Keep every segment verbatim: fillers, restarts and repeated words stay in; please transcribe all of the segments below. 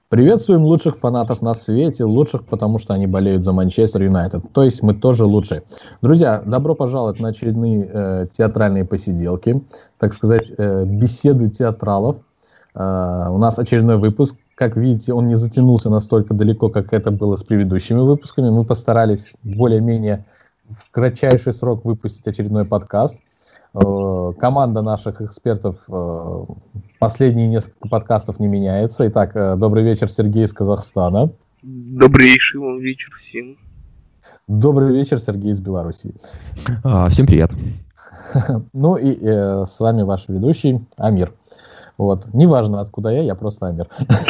Приветствуем лучших фанатов на свете, лучших, потому что они болеют за Манчестер Юнайтед. То есть мы тоже лучшие. Друзья, добро пожаловать на очередные э, театральные посиделки, так сказать, э, беседы театралов. Э, у нас очередной выпуск. Как видите, он не затянулся настолько далеко, как это было с предыдущими выпусками. Мы постарались более-менее в кратчайший срок выпустить очередной подкаст. Команда наших экспертов последние несколько подкастов не меняется. Итак, добрый вечер, Сергей из Казахстана. Добрейший вам вечер всем. Добрый вечер, Сергей из Беларуси. А, всем привет. Ну и э, с вами ваш ведущий Амир. Вот. Неважно, откуда я, я просто Амир.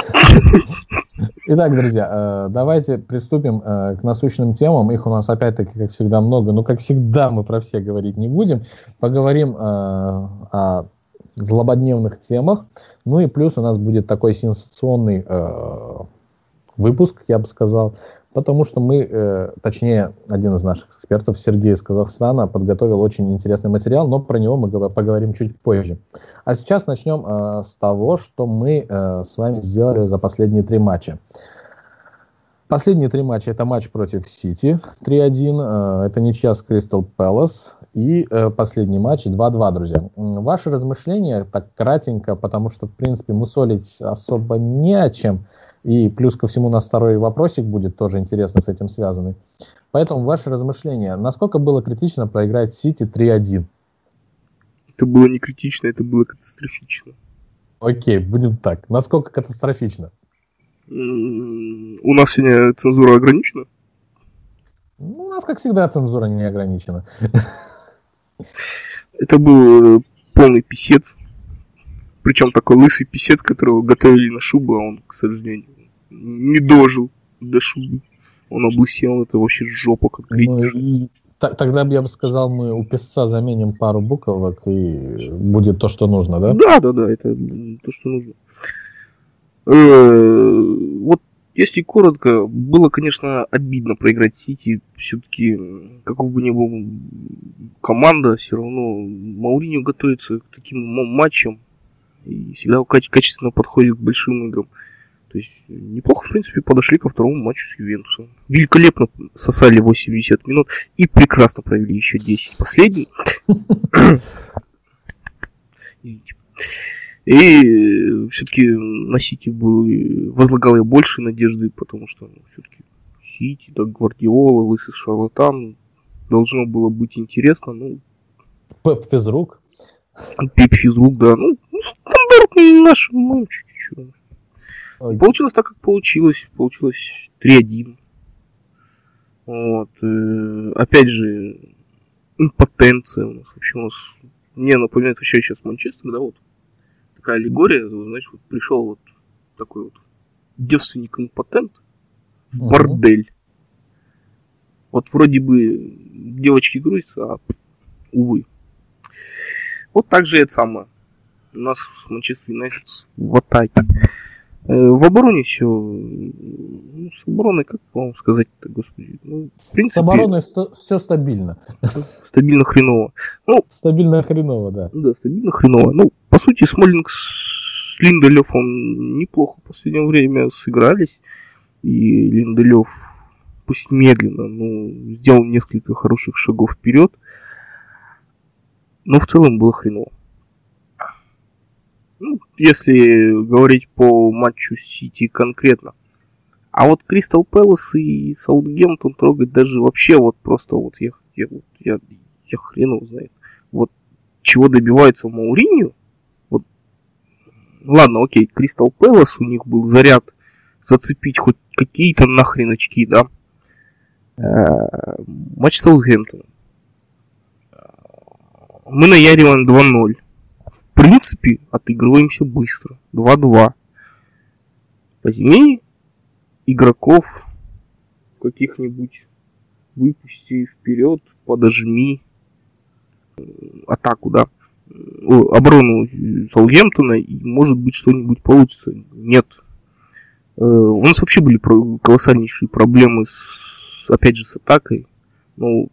Итак, друзья, давайте приступим к насущным темам. Их у нас опять-таки, как всегда, много. Но, как всегда, мы про все говорить не будем. Поговорим о злободневных темах. Ну и плюс у нас будет такой сенсационный выпуск, я бы сказал. Потому что мы, точнее, один из наших экспертов, Сергей из Казахстана, подготовил очень интересный материал, но про него мы поговорим чуть позже. А сейчас начнем э, с того, что мы э, с вами сделали за последние три матча. Последние три матча — это матч против Сити три один, э, это ничья с Кристал Пэлас и э, последний матч два-два, друзья. Ваши размышления так кратенько, потому что, в принципе, мусолить особо не о чем. И плюс ко всему у нас второй вопросик будет тоже интересно с этим связанный. Поэтому ваши размышления. Насколько было критично проиграть Сити три один? Это было не критично, это было катастрофично. Окей, будем так. Насколько катастрофично? У нас сегодня цензура ограничена? У нас, как всегда, цензура не ограничена. Это был полный писец. Причем такой лысый писец, которого готовили на шубу, а он, к сожалению, не дожил до шубы. Он облысел, это вообще жопа как ну, и, т- Тогда я бы сказал, мы у писца заменим пару буквок, и будет то, что нужно, да? Да, да, да, это то, что нужно. Э-э- вот, если коротко, было, конечно, обидно проиграть Сити. Все-таки, каков бы ни был команда, все равно Мауриньо готовится к таким матчам. И всегда каче- качественно подходит к большим играм. То есть неплохо, в принципе, подошли ко второму матчу с Ювентусом. Великолепно сосали восемьдесят минут и прекрасно провели еще десять последний. И все-таки на Сити возлагал я больше надежды, потому что ну, все-таки Сити, да, Гвардиола, лысый шарлатан, должно было быть интересно. Ну, Пеп физрук. Пеп физрук, да. Ну, стандартный наш матч. Okay. Получилось так, как получилось. Получилось три один. Вот. И, опять же, импотенция у нас. Вообще у нас... Мне напоминает вообще сейчас Манчестер, да, вот. Такая аллегория, значит, вот пришел вот такой вот девственник-импотент в uh-huh. бордель. Вот вроде бы девочки грузятся, а увы. Вот так же это самое. У нас Манчестер Юнайтед в атаке. В обороне все... Ну, с обороной, как вам сказать-то, господи? Ну, в принципе, с обороной ст- все стабильно. Стабильно хреново. Ну, стабильно хреново, да. Да, стабильно хреново. Ну, по сути, Смолинг с Линделёфом неплохо в последнее время сыгрались. И Линделёв, пусть медленно, но сделал несколько хороших шагов вперед. Но в целом было хреново. Ну, если говорить по матчу Сити конкретно. А вот Кристал Пэлас и Саутгемптон трогать даже вообще вот просто вот я, я, я, я хрен его знает. Вот чего добивается Мауриньо. Вот, ладно, окей, Кристал Пэлас, у них был заряд зацепить хоть какие-то нахрен очки, да. Э-э- матч Саутгемптона. Мы наяриваем два ноль. В принципе, отыгрываемся быстро. два-два. Возьми игроков каких-нибудь, выпусти вперед, подожми атаку, да, оборону Саутгемптона, и может быть что-нибудь получится. Нет. У нас вообще были колоссальнейшие проблемы, с, опять же, с атакой. Ну,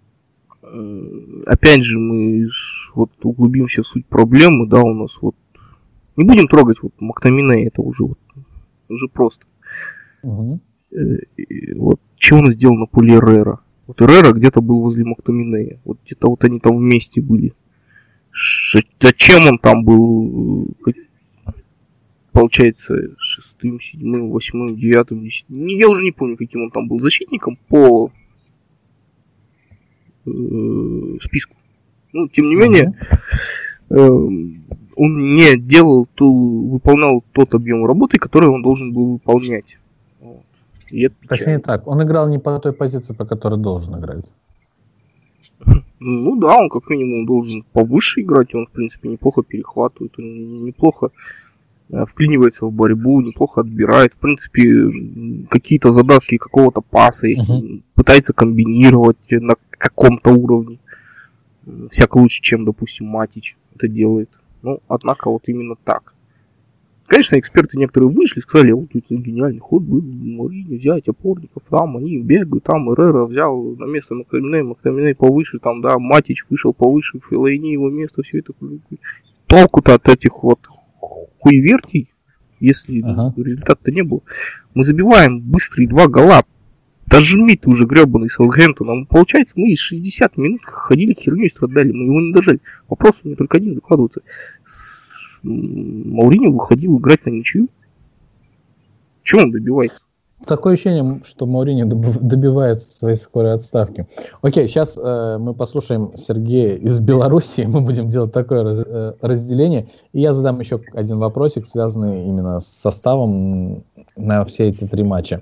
опять же, мы вот углубимся в суть проблемы, да, у нас вот... Не будем трогать вот Мактомине, это уже вот уже просто. Угу. Вот чего он сделал на поле Эррера? Вот Эррера где-то был возле Мактоминея. Вот где-то вот они там вместе были. Ш- зачем он там был? Получается, шестым, седьмым, восьмым, девятым, десятым. Я уже не помню, каким он там был защитником по э, списку. Ну, тем не менее, э, он не делал ту, выполнял тот объем работы, который он должен был выполнять. Вот. И это точнее так, он играл не по той позиции, по которой должен играть. Ну да, он как минимум должен повыше играть, он в принципе неплохо перехватывает, он неплохо вклинивается в борьбу, неплохо отбирает. В принципе, какие-то задатки какого-то паса, если uh-huh. пытается комбинировать на каком-то уровне. Всяко лучше, чем, допустим, Матич это делает. Ну, однако, вот именно так. Конечно, эксперты некоторые вышли, сказали, вот это гениальный ход был, Мауриньо взять опорников, там они бегают, там Эррера взял на место Мактоминей, Мактоминей повыше, там, да, Матич вышел повыше, Фелайни его место, все это. Толку-то от этих вот хуевертий, если ага. результата-то не было. Мы забиваем быстрые два гола. Дожми ты уже гребаный Саутгемптон. Получается, мы из шестьдесят минут ходили херню и страдали. Мы его не дожали. Вопрос у меня только один закладывается. С... Мауриньо выходил играть на ничью. Чего он добивается? Такое ощущение, что Мауриньо добивается своей скорой отставки. Окей, сейчас э, мы послушаем Сергея из Беларуси. Мы будем делать такое раз, э, разделение. И я задам еще один вопросик, связанный именно с составом на все эти три матча.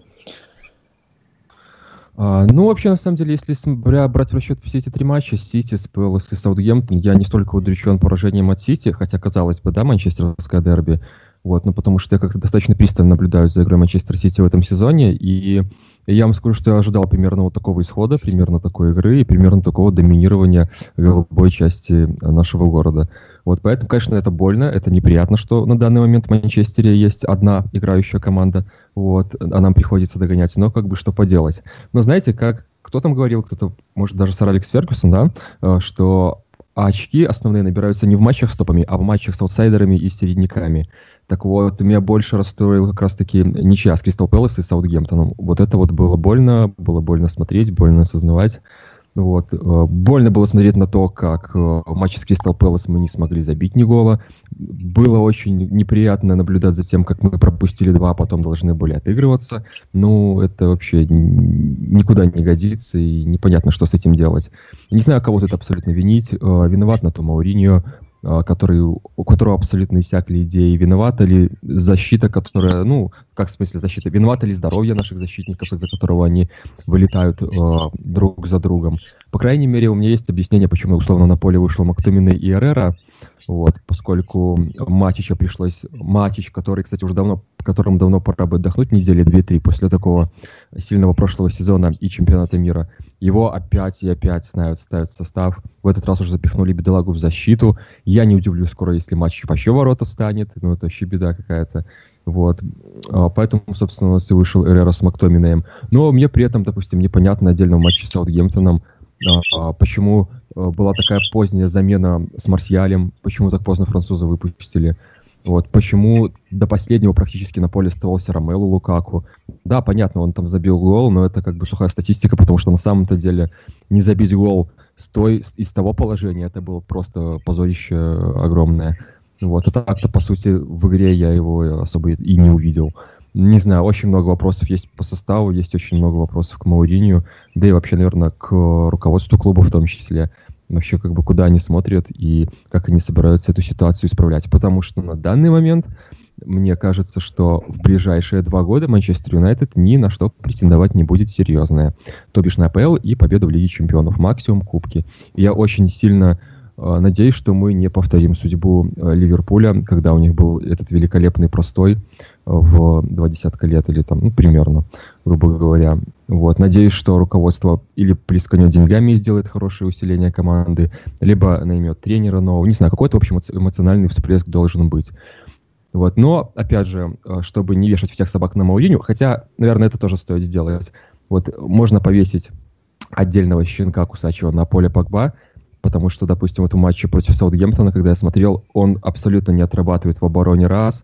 А, ну, вообще, на самом деле, если брать в расчет все эти три матча, Сити, Пэлас и Саутгемптон, я не столько удручен поражением от Сити, хотя, казалось бы, да, манчестерское дерби. Вот, ну, потому что я как-то достаточно пристально наблюдаю за игрой Манчестер Сити в этом сезоне, и я вам скажу, что я ожидал примерно вот такого исхода, примерно такой игры и примерно такого доминирования голубой части нашего города. Вот, поэтому, конечно, это больно, это неприятно, что на данный момент в Манчестере есть одна играющая команда, вот, а нам приходится догонять, но как бы что поделать. Но знаете, как кто там говорил, кто-то, может, даже сэр Алекс Фергюсон, да, что очки основные набираются не в матчах с топами, а в матчах с аутсайдерами и середняками. Так вот, меня больше расстроил как раз-таки ничья с Кристал Пэлас и Саутгемптоном. Вот это вот было больно, было больно смотреть, больно осознавать. Вот. Больно было смотреть на то, как в матче с Кристал Пэлас мы не смогли забить ни гола. Было очень неприятно наблюдать за тем, как мы пропустили два, а потом должны были отыгрываться. Ну, это вообще никуда не годится, и непонятно, что с этим делать. Не знаю, кого тут абсолютно винить. Виноват на то Мауриньо, который, у которого абсолютно иссякли идеи. Виновата ли защита, которая, ну, как в смысле защита? Виновата ли здоровье наших защитников, из-за которого они вылетают э, друг за другом? По крайней мере, у меня есть объяснение, почему, условно, на поле вышел Мактоминей и Эррера, вот, поскольку Матича пришлось... Матич, который, кстати, уже давно, которому давно пора бы отдохнуть недели две-три после такого сильного прошлого сезона и чемпионата мира. Его опять и опять ставят, ставят в состав. В этот раз уже запихнули бедолагу в защиту. Я не удивлюсь скоро, если Матич вообще ворота станет. Ну, это вообще беда какая-то. Вот. Поэтому, собственно, у нас и вышел Эррера с Мактоминеем. Но мне при этом, допустим, непонятно отдельно в матче с Саутгемптоном, почему была такая поздняя замена с Марсиалем, почему так поздно француза выпустили. Вот, почему до последнего практически на поле оставался Ромелу Лукаку. Да, понятно, он там забил гол, но это как бы сухая статистика, потому что на самом-то деле не забить гол с той, из того положения, это было просто позорище огромное. Вот, а так-то, по сути, в игре я его особо и не увидел. Не знаю, очень много вопросов есть по составу, есть очень много вопросов к Мауринью, да и вообще, наверное, к руководству клуба в том числе. Вообще, как бы, куда они смотрят и как они собираются эту ситуацию исправлять. Потому что на данный момент мне кажется, что в ближайшие два года Манчестер Юнайтед ни на что претендовать не будет серьезное. То бишь на АПЛ и победу в Лиге Чемпионов, максимум кубки. И я очень сильно э, надеюсь, что мы не повторим судьбу э, Ливерпуля, когда у них был этот великолепный простой в два десятка лет, или там, ну, примерно, грубо говоря. Вот. Надеюсь, что руководство или плесканет деньгами и сделает хорошее усиление команды, либо наймет тренера нового. Не знаю, какой-то, в общем, эмоциональный всплеск должен быть. Вот. Но, опять же, чтобы не вешать всех собак на Мауриньо, хотя, наверное, это тоже стоит сделать. Вот можно повесить отдельного щенка кусачего на поле Погба, потому что, допустим, вот в матче против Саутгемптона, когда я смотрел, он абсолютно не отрабатывает в обороне раз,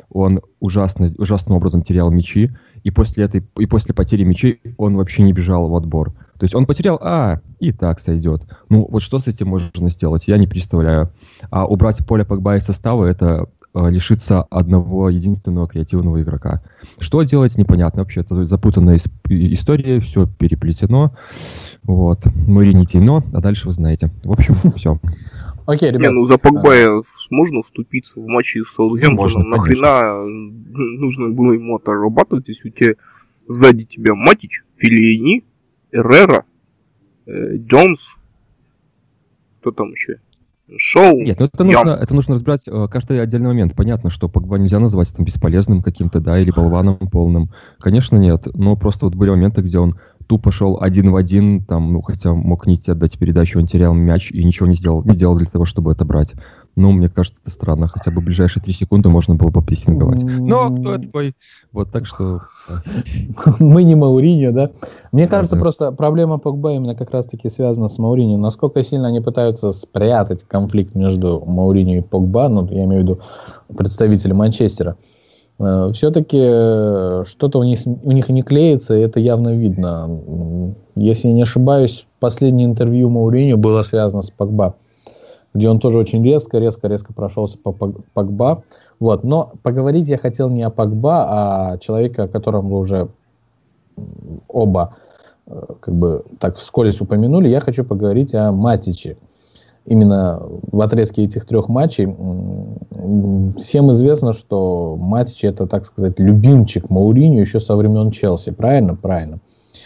он ужасно, ужасным образом терял мячи, и после этой, и после потери мячей он вообще не бежал в отбор. То есть он потерял, а, и так сойдет. Ну, вот что с этим можно сделать, я не представляю. А убрать Поля Погба из состава, это э, лишиться одного единственного креативного игрока. Что делать, непонятно вообще. Это запутанная ис- история, все переплетено. Вот. Мourinho темно, а дальше вы знаете. В общем, все. Окей, ребят. Не, ну за Погба можно вступиться в матче с Саутгемптоном. Нахрена нужно было ему отрабатывать, если у тебя сзади тебя Матич, Феллини, Эррера, э, Джонс, кто там еще? Шоу. Нет, ну это нужно, это нужно разбирать э, каждый отдельный момент. Понятно, что Погба нельзя назвать там бесполезным каким-то, да, или болваном полным. Конечно, нет. Но просто вот были моменты, где он тупо шел один в один, там, ну, хотя мог не отдать передачу, он терял мяч и ничего не сделал, не делал для того, чтобы это брать. Ну, мне кажется, это странно. Хотя бы в ближайшие три секунды можно было бы прессинговать. Но кто я такой? Вот так что... Мы не Мауриньо, да? Мне кажется, просто проблема Погба именно как раз-таки связана с Мауриньо. Насколько сильно они пытаются спрятать конфликт между Мауриньо и Погба, ну, я имею в виду представители Манчестера. Все-таки что-то у них, у них не клеится, и это явно видно. Если не ошибаюсь, последнее интервью Мауриньо было связано с Погба, где он тоже очень резко, резко, резко прошелся по Погба. Вот. Но поговорить я хотел не о Погба, а о человеке, о котором вы уже оба как бы так вскользь упомянули. Я хочу поговорить о Матиче. Именно в отрезке этих трех матчей всем известно, что Матич — это, так сказать, любимчик Мауриньо еще со времен Челси. Правильно? Правильно.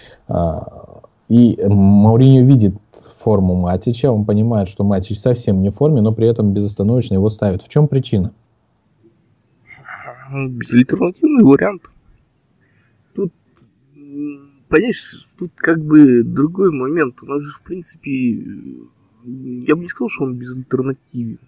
И Мауриньо видит форму Матича, он понимает, что Матич совсем не в форме, но при этом безостановочно его ставит. В чем причина? Безальтернативный вариант. Тут, понимаешь, тут как бы другой момент. У нас же, в принципе, я бы не сказал, что он безальтернативен.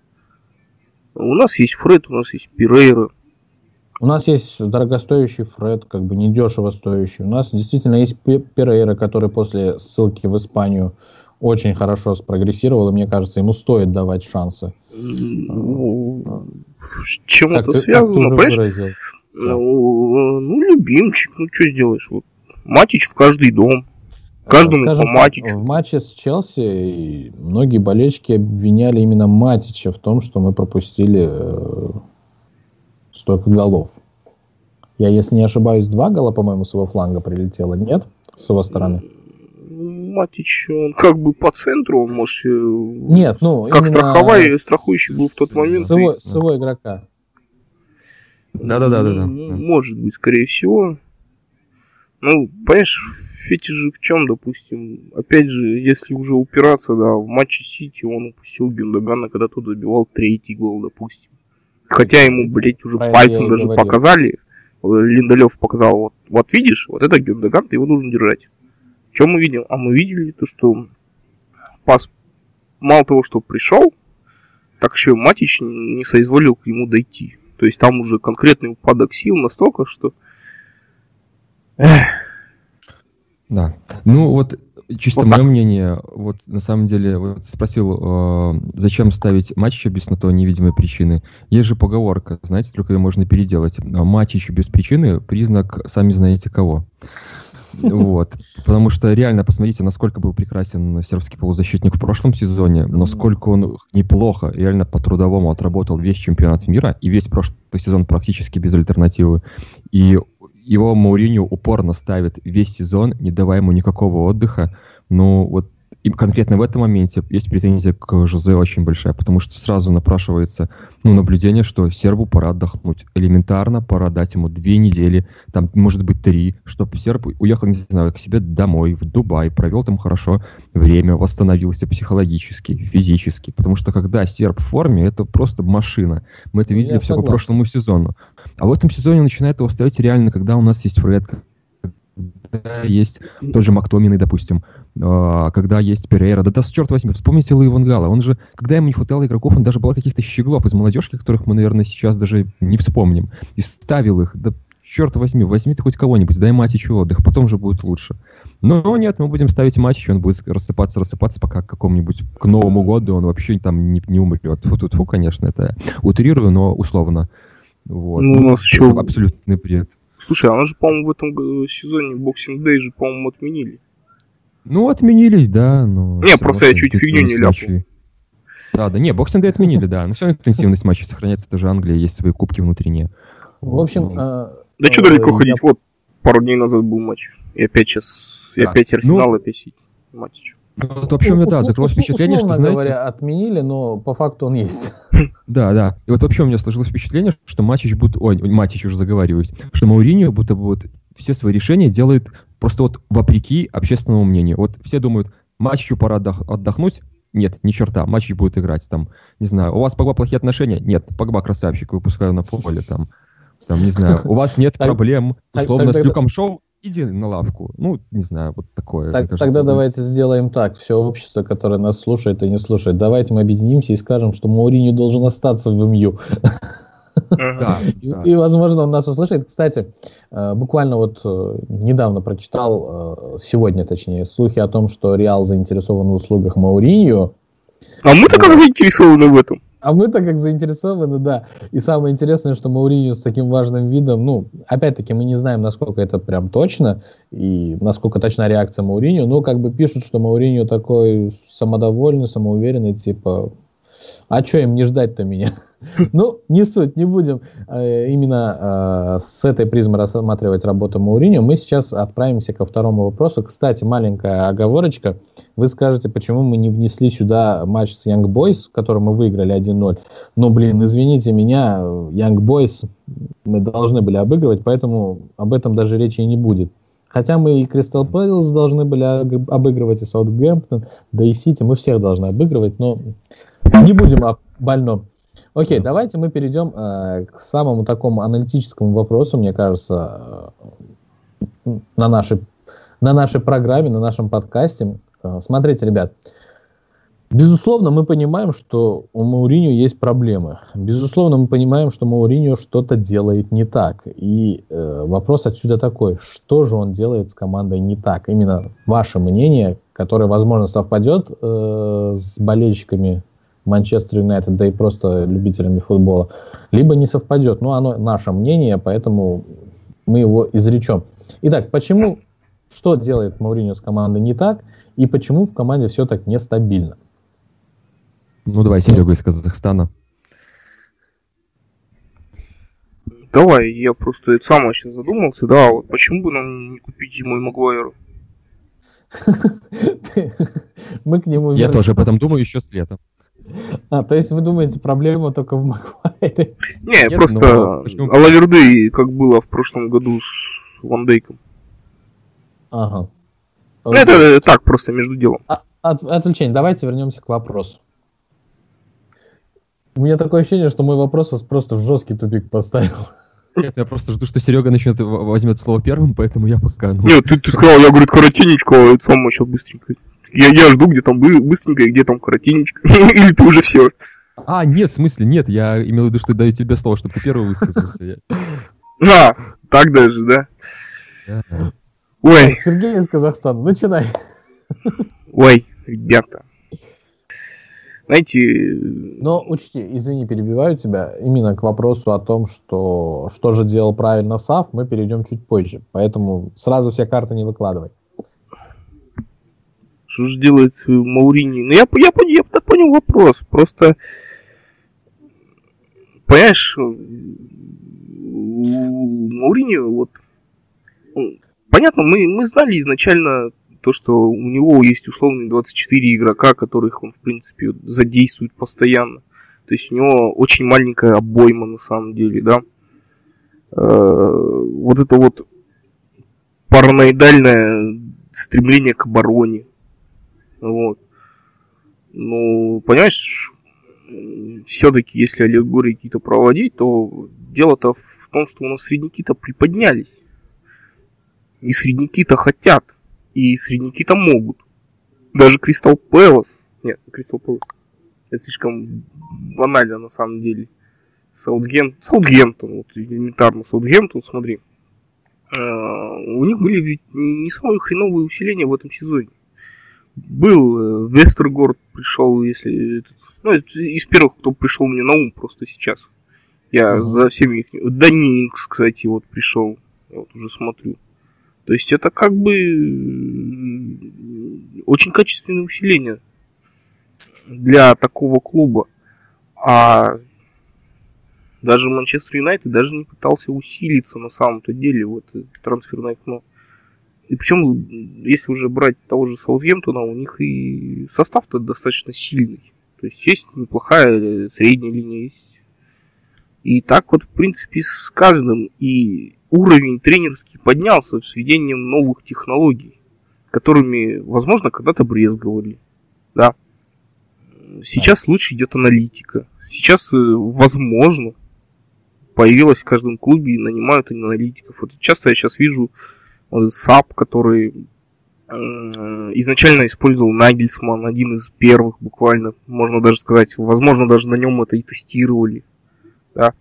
У нас есть Фред, у нас есть Перейра. У нас есть дорогостоящий Фред, как бы недешево стоящий. У нас действительно есть Перейра, который после ссылки в Испанию очень хорошо спрогрессировал, и мне кажется, ему стоит давать шансы. Ну, с чем как это ты, связано, понимаешь? Ну, ну, любимчик, ну что сделаешь? Вот. Матич в каждый дом. Каждому Скажем, по Матичу. В матче с Челси многие болельщики обвиняли именно Матича в том, что мы пропустили э, столько голов. Я, если не ошибаюсь, два гола, по-моему, с его фланга прилетело, нет? С его стороны. Матич, он как бы по центру, он может... Нет, ну... Как страховой, страхующий был в тот момент. С его, и... с его игрока. Да-да-да. да. Может быть, скорее всего. Ну, понимаешь, фетиш же в чем, допустим? Опять же, если уже упираться, да, в матче Сити он упустил Гюндогана, когда тот забивал третий гол, допустим. Хотя ему, блядь, уже Правильно пальцем даже говорил. Показали. Линдалев показал, вот, вот видишь, вот это Гюндоган, его нужно держать. Что мы видим? А мы видели то, что пас мало того, что пришел, так еще и Матич не соизволил к нему дойти. То есть там уже конкретный упадок сил настолько, что... Эх. Да. Ну вот чисто вот мое мнение, вот на самом деле, вот спросил, э, зачем ставить Матича без на то невидимой причины. Есть же поговорка, знаете, только ее можно переделать. Матичу без причины признак сами знаете кого. Вот. Потому что реально, посмотрите, насколько был прекрасен сербский полузащитник в прошлом сезоне, насколько он неплохо, реально по-трудовому отработал весь чемпионат мира и весь прошлый сезон практически без альтернативы. И его Мауриньо упорно ставит весь сезон, не давая ему никакого отдыха. Ну, вот и конкретно в этом моменте есть претензия к Жозе очень большая, потому что сразу напрашивается ну, наблюдение, что сербу пора отдохнуть. Элементарно пора дать ему две недели, там, может быть, три, чтобы серб уехал, не знаю, к себе домой, в Дубай, провел там хорошо время, восстановился психологически, физически. Потому что когда серб в форме, это просто машина. Мы это видели Я все согласен. По прошлому сезону. А в этом сезоне начинает его ставить реально, когда у нас есть Фред, когда есть тот же Мактоминой, допустим, когда есть Перейра. Да, да, черт возьми, вспомните Луи ван Гала. Он же, когда ему не хватало игроков, он даже брал каких-то щеглов из молодежки, которых мы, наверное, сейчас даже не вспомним. И ставил их. Да черт возьми, возьми ты хоть кого-нибудь, дай Матичу отдых, потом же будет лучше. Но нет, мы будем ставить Матича, он будет рассыпаться, рассыпаться, пока к какому-нибудь, к Новому году он вообще там не, не умрет. Тьфу-тьфу-тьфу, конечно, это утрирую, но условно. Вот. Ну, у нас еще... Это абсолютный бред. Слушай, а она же, по-моему, в этом сезоне Boxing Day же, по-моему, отменили. Ну, отменились, да, но... Не, просто я чуть фигню не ляпнул. Да, да, не, Boxing Day отменили, да. Но все равно интенсивность матчей сохраняется, это же Англия, есть свои кубки внутренние. В общем... Да что далеко ходить, вот пару дней назад был матч. И опять сейчас, и опять Арсенал, опять матч. Вот, вообще, у меня, да, закрылось впечатление, что, знаете... говоря, отменили, но по факту он есть. Да, да. И вот вообще у меня сложилось впечатление, что Матич будто... Ой, Матич уже заговариваюсь. Что Мауриньо будто бы вот все свои решения делает просто вот вопреки общественному мнению. Вот все думают, Матичу пора отдох- отдохнуть. Нет, ни черта, Матич будет играть там. Не знаю, у вас Погба плохие отношения? Нет, Погба красавчик, выпускаю на поле там. Там, не знаю, у вас нет проблем, условно, с Люком Шоу. Иди на лавку. Ну, не знаю, вот такое. Так, кажется, тогда вот. Давайте сделаем так. Все общество, которое нас слушает и не слушает, давайте мы объединимся и скажем, что Мауриньо должен остаться в МЮ. Да, и, да. и, возможно, он нас услышит. Кстати, буквально вот недавно прочитал, сегодня точнее, слухи о том, что Реал заинтересован в услугах Мауриньо. А мы-то как заинтересованы в этом? А мы-то как заинтересованы, да. И самое интересное, что Мауриньо с таким важным видом, ну, опять-таки, мы не знаем, насколько это прям точно, и насколько точна реакция Мауриньо, но как бы пишут, что Мауриньо такой самодовольный, самоуверенный, типа, а что им не ждать-то меня? Ну, не суть, не будем э, именно э, с этой призмы рассматривать работу Мауриньо. Мы сейчас отправимся ко второму вопросу. Кстати, маленькая оговорочка. Вы скажете, почему мы не внесли сюда матч с Young Boys, который мы выиграли один ноль. Ну, блин, извините меня, Young Boys мы должны были обыгрывать, поэтому об этом даже речи и не будет. Хотя мы и Кристал Пэлас должны были обыгрывать, и Саутгемптон, да и Сити, мы всех должны обыгрывать, но не будем о больном. Окей, давайте мы перейдем э, к самому такому аналитическому вопросу, мне кажется, э, на, нашей, на нашей программе, на нашем подкасте. Э, смотрите, ребят, безусловно, мы понимаем, что у Мауриньо есть проблемы. Безусловно, мы понимаем, что Мауриньо что-то делает не так. И э, вопрос отсюда такой, что же он делает с командой не так? Именно ваше мнение, которое, возможно, совпадет э, с болельщиками Манчестер Юнайтед, да и просто любителями футбола, либо не совпадет. Но оно наше мнение, поэтому мы его изречем. Итак, почему, что делает Мауриньо с командой не так, и почему в команде все так нестабильно? Ну, давай, Серега из Казахстана. Давай, я просто это сам сейчас задумался, да, вот почему бы нам не купить зимой Магуайра? Мы к нему Я тоже об этом думаю еще с лета. А, то есть вы думаете, проблема только в Магуайре? Не, Нет, просто почему? Алаверды, как было в прошлом году с Ван Дейком. Ага. Ну, это так, просто между делом. А, от, отвлечение. Давайте вернемся к вопросу. У меня такое ощущение, что мой вопрос вас просто в жесткий тупик поставил. Нет, я просто жду, что Серега начнет возьмет слово первым, поэтому я пока... Ну... Нет, ты, ты сказал, я, говорю, коротенечко, а это самое сейчас быстренько. Я, я жду, где там быстренько и где там коротенечко. Или ты уже все. А, нет, в смысле, нет, я имел в виду, что даю тебе слово, чтобы ты первый высказался. А, так даже, да? Да. Ой. Сергей из Казахстана, начинай. Ой, ребята. Знаете... Но учти, извини, перебиваю тебя, именно к вопросу о том, что, что же делал правильно САФ, мы перейдем чуть позже. Поэтому сразу все карты не выкладывай. Что же делает Мауриньо? Ну, я, я, я, я так понял вопрос. Просто, понимаешь, у Мауриньо, вот, понятно, мы, мы знали изначально то, что у него есть условные двадцать четыре игрока, которых он, в принципе, задействует постоянно. То есть у него очень маленькая обойма, на самом деле, да. Вот это вот параноидальное стремление к обороне. Вот. Ну, понимаешь, все-таки, если аллегории какие-то проводить, то дело-то в том, что у нас средняки-то приподнялись. И средняки-то хотят. И средняки-то могут. Даже Кристал Пэлас. Нет, не Кристал Пэлас. Это слишком банально на самом деле. Саутгем... Саутгемптон. Вот элементарно Саутгемптон, смотри. Uh, у них были ведь не самые хреновые усиления в этом сезоне. Был Вестергорд, пришел, если... Ну, это из первых, кто пришел мне на ум просто сейчас. Я Uh-huh. за всеми их... Данингс, кстати, вот пришел. Я вот уже смотрю. То есть это как бы очень качественное усиление для такого клуба. А даже Манчестер Юнайтед даже не пытался усилиться на самом-то деле в это трансферное окно. И причем, если уже брать того же Саутгемптона, у них и состав-то достаточно сильный. То есть есть неплохая средняя линия, есть. И так вот, в принципе, с каждым. И уровень тренерский поднялся с введением новых технологий, которыми, возможно, когда-то брезговали. Да. Сейчас лучше идет аналитика. Сейчас, возможно, появилась в каждом клубе и нанимают аналитиков. Вот часто я сейчас вижу САП, который э, изначально использовал Нагельсман, один из первых буквально, можно даже сказать, возможно, даже на нем это и тестировали. Да.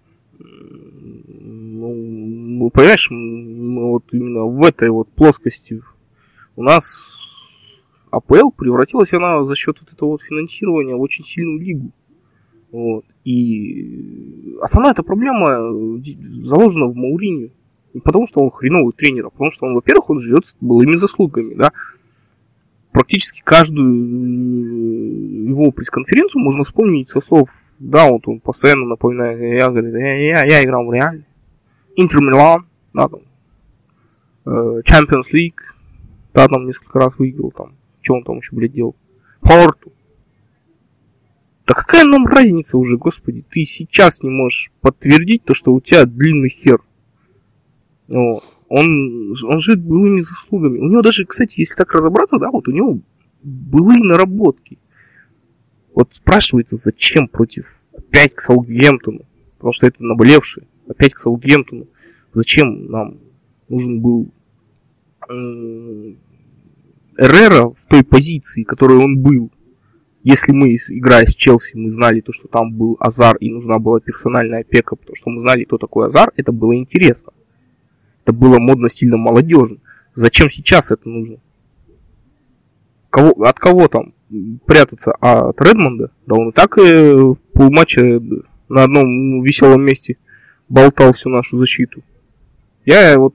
Ну, понимаешь, мы вот именно в этой вот плоскости у нас АПЛ превратилась она за счет вот этого вот финансирования в очень сильную лигу. Вот. И основная эта проблема заложена в Мауриньо. Не потому, что он хреновый тренер, а потому, что он, во-первых, он живет с былыми заслугами, да. Практически каждую его пресс-конференцию можно вспомнить со слов, да, вот он постоянно напоминает, я, говорит, я, я, я играл в Реале, Интер Милан, да, там, Champions League, да, там несколько раз выиграл, там, что он там еще, блядь, делал, Порту. Да какая нам разница уже, господи, ты сейчас не можешь подтвердить то, что у тебя длинный хер. Вот. Он, он живет былыми заслугами. У него даже, кстати, если так разобраться, да, вот у него былые наработки. Вот спрашивается, зачем против опять к Саутгемптону, потому что это наболевшие, опять к Саутгемптону. Зачем нам нужен был э, Эррера в той позиции, в которой он был? Если мы, играя с Челси, мы знали то, что там был Азар и нужна была персональная опека, потому что мы знали, кто такой Азар, это было интересно. Это было модно, стильно, молодежно. Зачем сейчас это нужно? Кого, от кого там прятаться? А от Редмонда? Да он и так и полматча на одном веселом месте болтал всю нашу защиту. Я вот...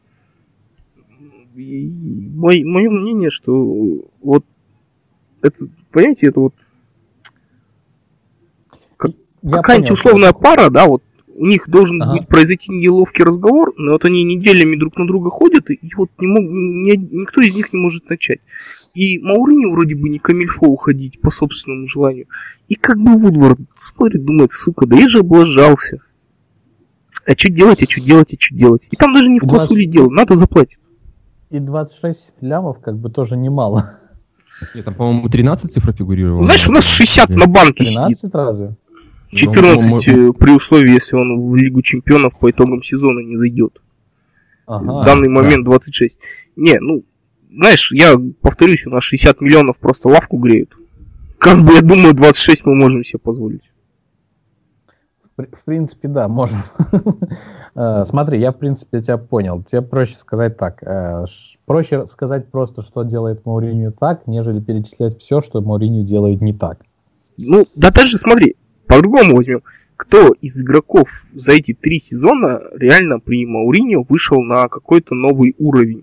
Мое, мое мнение, что вот это, понимаете, это вот как, какая-нибудь условная пара, да, вот у них должен ага. быть произойти неловкий разговор, но вот они неделями друг на друга ходят, и, и вот не мог, ни, никто из них не может начать. И Мауриньо вроде бы не камильфо уходить по собственному желанию. И как бы Вудвард смотрит, думает, сука, да я же облажался. А что делать, а что делать, а что делать? И там даже не в косуле дело, надо заплатить. И двадцать шесть лямов как бы тоже немало. Нет, там, по-моему, тринадцать цифр фигурировало. Знаешь, у нас шестьдесят на банке сидит. тринадцать разве? четырнадцать ну, при условии, если он в Лигу Чемпионов по итогам сезона не зайдет. Ага, в данный момент да. двадцать шесть. Не, ну, знаешь, я повторюсь, у нас шестьдесят миллионов просто лавку греют. Как бы, я думаю, двадцать шесть мы можем себе позволить. В принципе, да, можем. Смотри, я, в принципе, тебя понял. Тебе проще сказать так. Проще сказать просто, что делает Мауриньо так, нежели перечислять все, что Мауриньо делает не так. Ну, да даже смотри, по-другому возьмем. Кто из игроков за эти три сезона реально при Мауриньо вышел на какой-то новый уровень?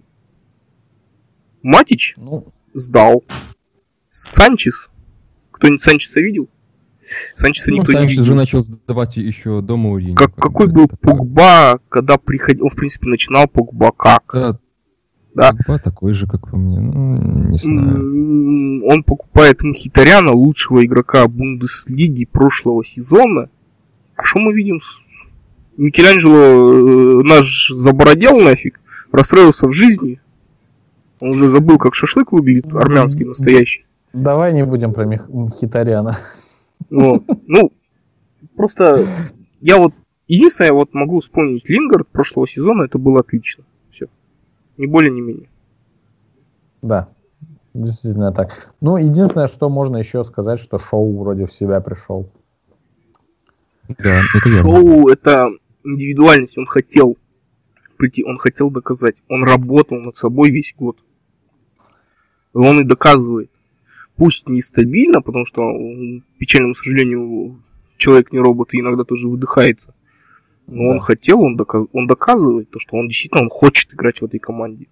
Матич ну. сдал. Санчес. Кто-нибудь Санчеса видел? Санчеса ну, никто Санчес не видел. же начал сдавать еще до Мауриньо. Как, как какой был такое. Погба, когда приходил, он, в принципе, начинал Погба как? Да. Да. Погба такой же, как по мне, ну, не знаю. Он покупает Мхитаряна, лучшего игрока Бундеслиги прошлого сезона. А что мы видим? Микеланджело наш забородел нафиг, расстроился в жизни. Он уже забыл, как шашлык выглядит, армянский, настоящий. Давай не будем про Мхитаряна. Ну, ну, просто я вот единственное, я вот могу вспомнить Лингард прошлого сезона, это было отлично. Все. Ни более, ни менее. Да, действительно так. Ну, единственное, что можно еще сказать, что Шоу вроде в себя пришел. Да, это верно. Шоу это индивидуальность, он хотел прийти, он хотел доказать. Он работал над собой весь год. И он и доказывает. Пусть нестабильно, потому что, к печальному сожалению, человек не робот и иногда тоже выдыхается. Но да. он хотел, он, доказ... он доказывает то, что он действительно он хочет играть в этой команде.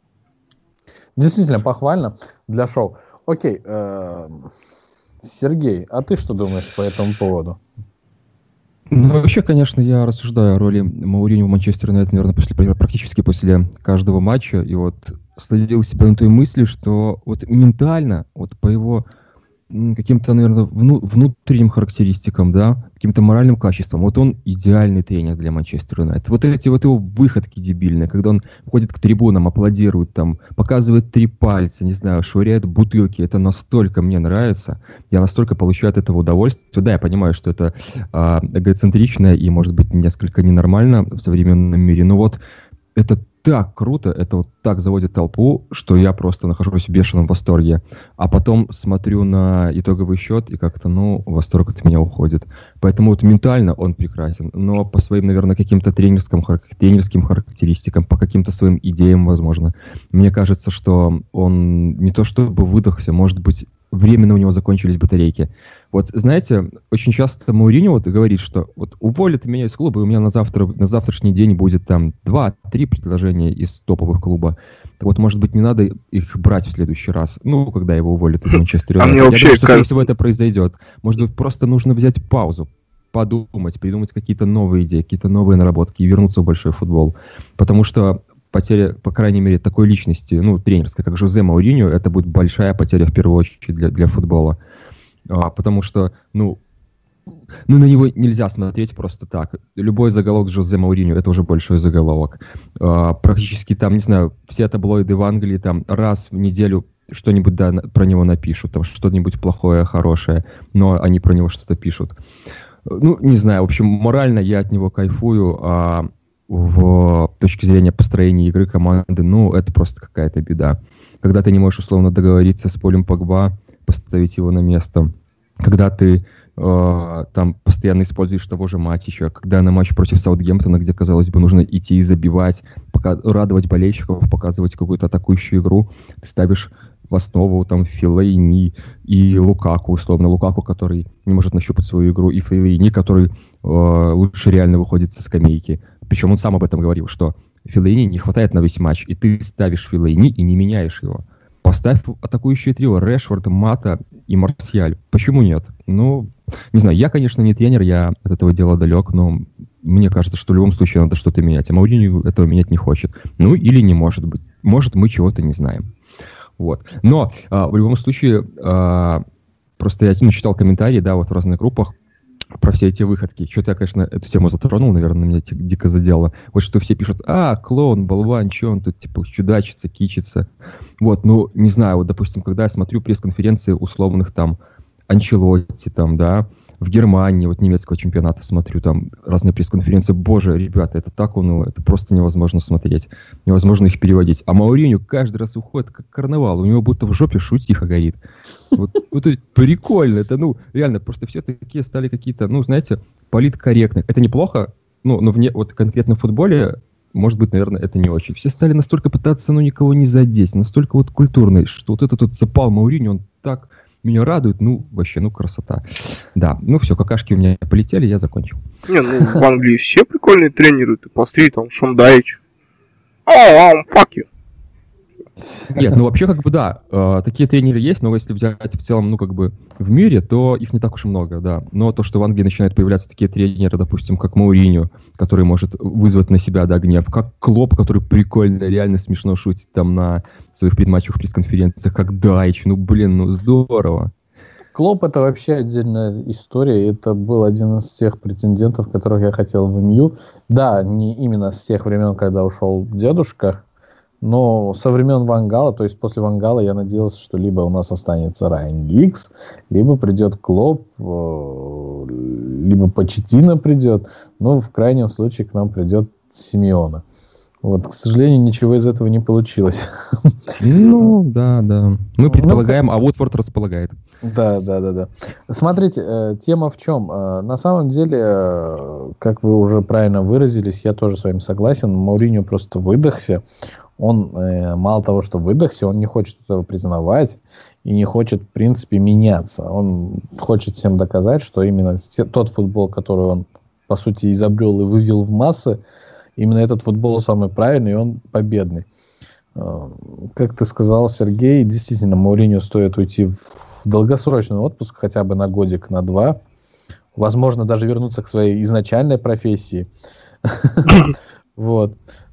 Действительно, похвально для шоу. Окей, э... Сергей, а ты что думаешь по этому поводу? Ну, вообще, конечно, я рассуждаю о роли Мауриньо в Манчестер Юнайтед, наверное, после, практически после каждого матча. И вот словил себя на той мысли, что вот ментально, вот по его каким-то, наверное, вну, внутренним характеристикам, да, каким-то моральным качествам, вот он идеальный тренер для Манчестер Юнайтед. Вот эти вот его выходки дебильные, когда он ходит к трибунам, аплодирует там, показывает три пальца, не знаю, швыряет бутылки, это настолько мне нравится, я настолько получаю от этого удовольствие. Да, я понимаю, что это а, эгоцентрично и, может быть, несколько ненормально в современном мире, но вот это так круто, это вот так заводит толпу, что я просто нахожусь в бешеном восторге. А потом смотрю на итоговый счет, и как-то, ну, восторг от меня уходит. Поэтому вот ментально он прекрасен, но по своим, наверное, каким-то тренерским, тренерским характеристикам, по каким-то своим идеям, возможно, мне кажется, что он не то чтобы выдохся, может быть, временно у него закончились батарейки. Вот, знаете, очень часто Мауриньо вот говорит, что вот уволят меня из клуба, и у меня на, завтра, на завтрашний день будет там два-три предложения из топовых клуба. Так вот, может быть, не надо их брать в следующий раз, ну, когда его уволят из Манчестер Юнайтед. А мне вообще Я думаю, что, кажется... если это произойдет, может быть, просто нужно взять паузу, подумать, придумать какие-то новые идеи, какие-то новые наработки и вернуться в большой футбол. Потому что потеря, по крайней мере, такой личности, ну, тренерской, как Жозе Мауриньо, это будет большая потеря, в первую очередь, для, для футбола. А, потому что, ну, ну, на него нельзя смотреть просто так. Любой заголовок Жозе Мауриньо — это уже большой заголовок. А, практически там, не знаю, все таблоиды в Англии там раз в неделю что-нибудь, да, про него напишут, там что-нибудь плохое, хорошее, но они про него что-то пишут. Ну, не знаю, в общем, морально я от него кайфую, а в точке зрения построения игры команды, ну, это просто какая-то беда. Когда ты не можешь условно договориться с Полем Погба, поставить его на место, когда ты э, там постоянно используешь того же Матича, когда на матч против Саутгемптона, где, казалось бы, нужно идти и забивать, пока, радовать болельщиков, показывать какую-то атакующую игру, ты ставишь в основу там Феллейни и Лукаку, условно, Лукаку, который не может нащупать свою игру, и Феллейни, который э, лучше реально выходит со скамейки. Причем он сам об этом говорил, что Феллейни не хватает на весь матч, и ты ставишь Феллейни и не меняешь его. Поставь атакующее трио Решфорд, Мата и Марсиаль. Почему нет? Ну, не знаю, я, конечно, не тренер, я от этого дела далек, но мне кажется, что в любом случае надо что-то менять. А Мауриньо этого менять не хочет. Ну, или не может быть. Может, мы чего-то не знаем. Вот. Но а, в любом случае, а, просто я ну, читал комментарии, да, вот в разных группах про все эти выходки. Что-то я, конечно, эту тему затронул, наверное, меня дико задело. Вот что все пишут: а, клоун, болван, что он тут, типа, чудачится, кичится. Вот, ну, не знаю, вот, допустим, когда я смотрю пресс-конференции условных там Анчелотти, там, да, в Германии, вот немецкого чемпионата смотрю, там разные пресс-конференции. Боже, ребята, это так уныло, это просто невозможно смотреть, невозможно их переводить. А Мауриньо каждый раз уходит как карнавал, у него будто в жопе шутиха горит. Вот, вот это прикольно, это, ну, реально, просто все такие стали какие-то, ну, знаете, политкорректные. Это неплохо, ну, но вне, вот конкретно в футболе, может быть, наверное, это не очень. Все стали настолько пытаться, ну, никого не задеть, настолько вот культурные, что вот этот вот запал Мауриньо, он так меня радует, ну, вообще, ну, красота. Да, ну, все, какашки у меня полетели, я закончил. Не, ну, в Англии все прикольные тренеры, ты посмотри, там, Шон Дайч. О, oh, fuck you. Нет, ну, вообще, как бы, да, э, такие тренеры есть, но если взять в целом, ну, как бы, в мире, то их не так уж и много, да. Но то, что в Англии начинают появляться такие тренеры, допустим, как Мауриньо, который может вызвать на себя, да, гнев, как Клоп, который прикольно, реально смешно шутит там на своих предматчевых пресс-конференциях, как Дайч, ну, блин, ну, здорово. Клоп — это вообще отдельная история, это был один из тех претендентов, которых я хотел в МЮ. Да, не именно с тех времен, когда ушел дедушка, но со времен Ван Гала, то есть после Ван Гала, я надеялся, что либо у нас останется Райан Гиггс, либо придет Клоп, либо Почеттино придет, но в крайнем случае к нам придет Симеоне. Вот, к сожалению, ничего из этого не получилось. Ну, да, да. Мы предполагаем, а Уотфорд располагает. Да, да, да, да. Смотрите, э, тема в чем? Э, на самом деле, э, как вы уже правильно выразились, я тоже с вами согласен, Мауриньо просто выдохся. Он э, мало того, что выдохся, он не хочет этого признавать и не хочет, в принципе, меняться. Он хочет всем доказать, что именно те, тот футбол, который он по сути, изобрел и вывел в массы, именно этот футбол самый правильный, и он победный. Как ты сказал, Сергей, действительно, Мауриньо стоит уйти в долгосрочный отпуск, хотя бы на годик, на два. Возможно, даже вернуться к своей изначальной профессии. Вот.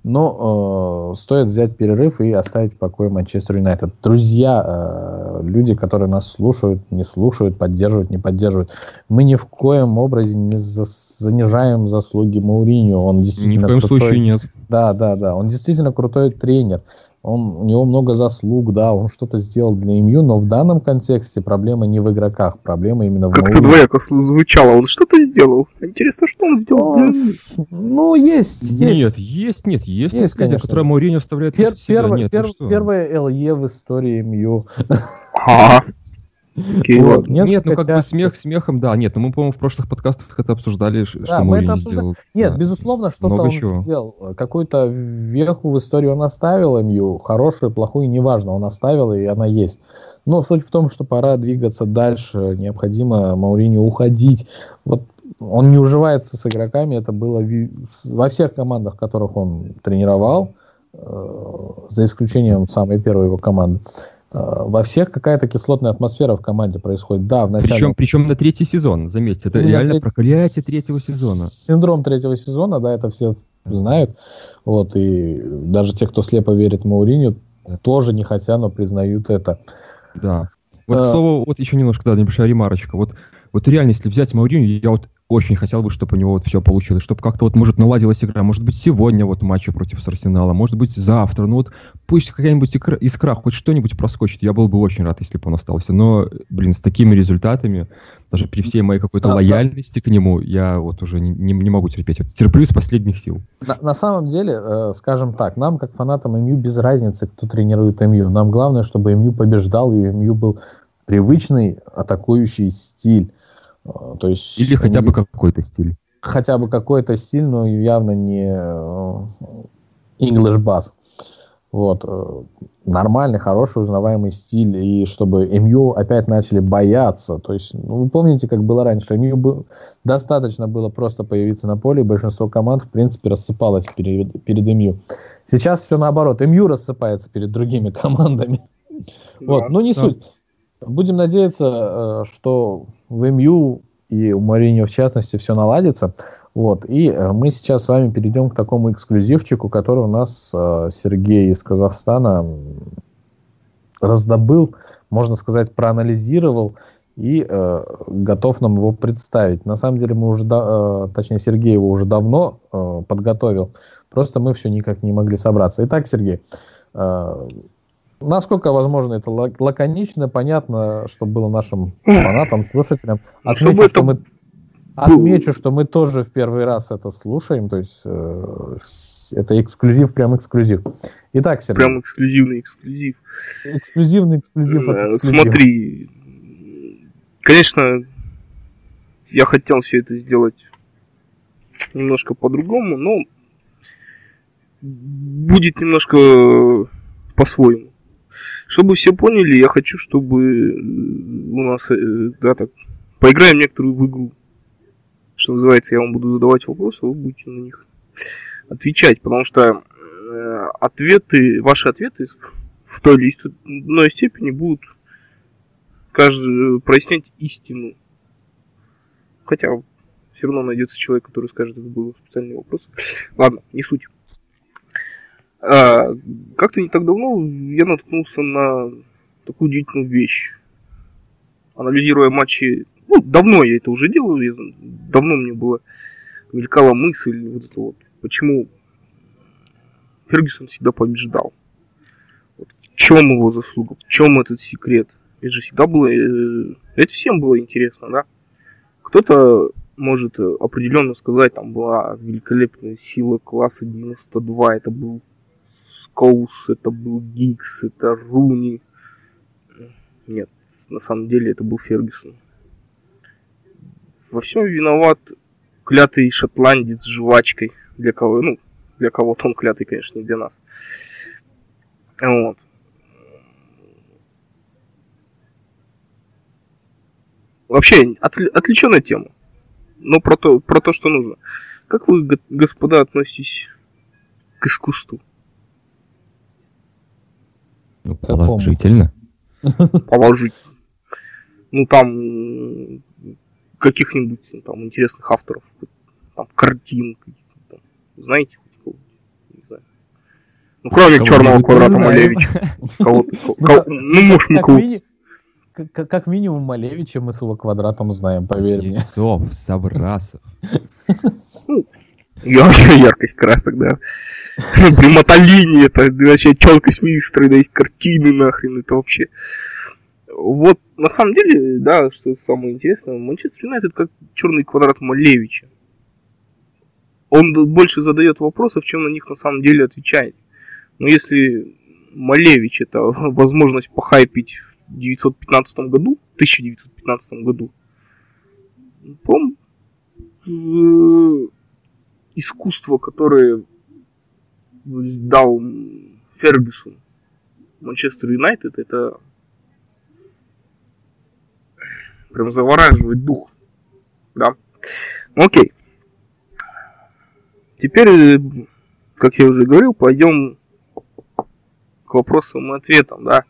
Но э, стоит взять перерыв и оставить в покое Манчестер Юнайтед. Друзья, э, люди, которые нас слушают, не слушают, поддерживают, не поддерживают, мы ни в коем образе не за, занижаем заслуги Мауриньо. Он действительно ни в коем крутой, случае нет. Да, да, да. Он действительно крутой тренер. Он, у него много заслуг, да, он что-то сделал для МЮ, но в данном контексте проблема не в игроках, проблема именно в Как-то Мауриньо. двояко звучало, он что-то сделал. Интересно, что он сделал? Ну, ну, есть, есть. Нет, есть, нет, есть, Есть, есть конечно. Мауриньо вставляет Пер, себя. перво, Нет, пер, ну что? первое эл е в истории МЮ. Ага. Окей, Вот, ладно. Нет, ну как бы тяжких. смех смехом, да, нет, ну мы, по-моему, в прошлых подкастах это обсуждали, ш- Да, что мы Мауриньо это обсуждали. сделал. Нет, Да. безусловно, что-то Много он чего. сделал. Какую-то веху в историю он оставил МЮ. Хорошую, плохую, неважно, он оставил, и она есть. Но суть в том, что пора двигаться дальше. Необходимо Мауриньо уходить. Вот он не уживается с игроками. Это было ви- во всех командах, которых он тренировал, э, за исключением самой первой его команды. Э, Во всех какая-то кислотная атмосфера в команде происходит. Да, в начале... Причем, причем на третий сезон, заметьте, это Именно реально третий- проклятие третьего сезона. Синдром третьего сезона, да, это все знают. Вот, и даже те, кто слепо верит в Мауриньо, тоже не хотя, но признают это. Да. Вот, А. к слову, вот еще немножко, да, небольшая ремарочка. Вот, вот реально, если взять Мауриньо, я вот очень хотел бы, чтобы у него вот все получилось, чтобы как-то вот, может, наладилась игра, может быть, сегодня вот матча против с Арсеналом, может быть, завтра, ну вот пусть какая-нибудь икра, искра, хоть что-нибудь проскочит, я был бы очень рад, если бы он остался, но, блин, с такими результатами, даже при всей моей какой-то Да, лояльности к нему, я вот уже не, не, не могу терпеть, вот терплю из последних сил. На, на самом деле, э, скажем так, нам, как фанатам МЮ, без разницы, кто тренирует МЮ. Нам главное, чтобы МЮ побеждал, и у МЮ был привычный атакующий стиль. Э, то есть Или хотя МЮ бы какой-то стиль. хотя бы какой-то стиль, но явно не э, English Bass. Вот. э, Нормальный, хороший, узнаваемый стиль. И чтобы МЮ опять начали бояться. То есть, ну, вы помните, как было раньше? МЮ был, достаточно было просто появиться на поле, и большинство команд, в принципе, рассыпалось перед, перед МЮ. Сейчас все наоборот. МЮ рассыпается перед другими командами. Вот. Ну, не Да. суть. Будем надеяться, э, что в МЮ и у Мауриньо в частности все наладится. Вот. И э, мы сейчас с вами перейдем к такому эксклюзивчику, который у нас э, Сергей из Казахстана раздобыл, можно сказать, проанализировал и э, готов нам его представить. На самом деле мы уже, да, э, точнее Сергей его уже давно э, подготовил, просто мы все никак не могли собраться. Итак, Сергей, э, насколько возможно это лак- лаконично, понятно, что было нашим фанатам, слушателям. Чтобы Отмечу, это что мы Отмечу, что мы тоже в первый раз это слушаем, то есть э, с- это эксклюзив, прям эксклюзив. Итак, Сергей, Прям эксклюзивный эксклюзив. эксклюзивный эксклюзив от Э, эксклюзива. Смотри, конечно, я хотел все это сделать немножко по-другому, но будет немножко по-своему. Чтобы все поняли, я хочу, чтобы у нас, э, да, так, поиграем некоторую в игру. Что называется, я вам буду задавать вопросы, а вы будете на них отвечать, потому что э, ответы, ваши ответы в той или иной степени будут каждый, прояснять истину. Хотя все равно найдется человек, который скажет, это был специальный вопрос. Ладно, не суть. А, как-то не так давно я наткнулся на такую удивительную вещь. Анализируя матчи, ну, давно я это уже делаю, я, давно мне было мелькала мысль, вот это вот, почему Фергюсон всегда побеждал. Вот в чем его заслуга, в чем этот секрет? Это же всегда было, э, это всем было интересно, да? Кто-то может определенно сказать, там была великолепная сила класса девяносто два, это был Скоус, это был Гиггс, это Руни. Нет, на самом деле это был Фергюсон. Во всем виноват клятый шотландец с жвачкой. Для кого, ну, для кого-то он клятый, конечно, не для нас. Вот. Вообще, отвлеченная тема. но про то, про то, что нужно. Как вы, господа, относитесь к искусству? Ну, положительно. Положительно. Ну, там каких-нибудь там интересных авторов, там, картин, там, знаете, не знаю. Ну, кроме Кого черного квадрата Малевича. Ну, может, не кого-то. Как, как минимум Малевича мы с его квадратом знаем, поверь мне. Снецов, Саврасов. Я вообще яркость красок, да. Прямотолиния, это вообще четкость выстроена, есть картины нахрен, это вообще. Вот, на самом деле, да, что самое интересное, Манчестер Юнайтед как черный квадрат Малевича. Он больше задает вопросов, чем на них на самом деле отвечает. Но если Малевич это возможность похайпить в девятьсот пятнадцатом году, тысяча девятьсот пятнадцатом году, то э, искусство, которое дал Фергюсон Манчестер Юнайтед, это прям завораживает дух. Да. Ну, окей. Теперь, как я уже говорил, пойдем к вопросам и ответам, да.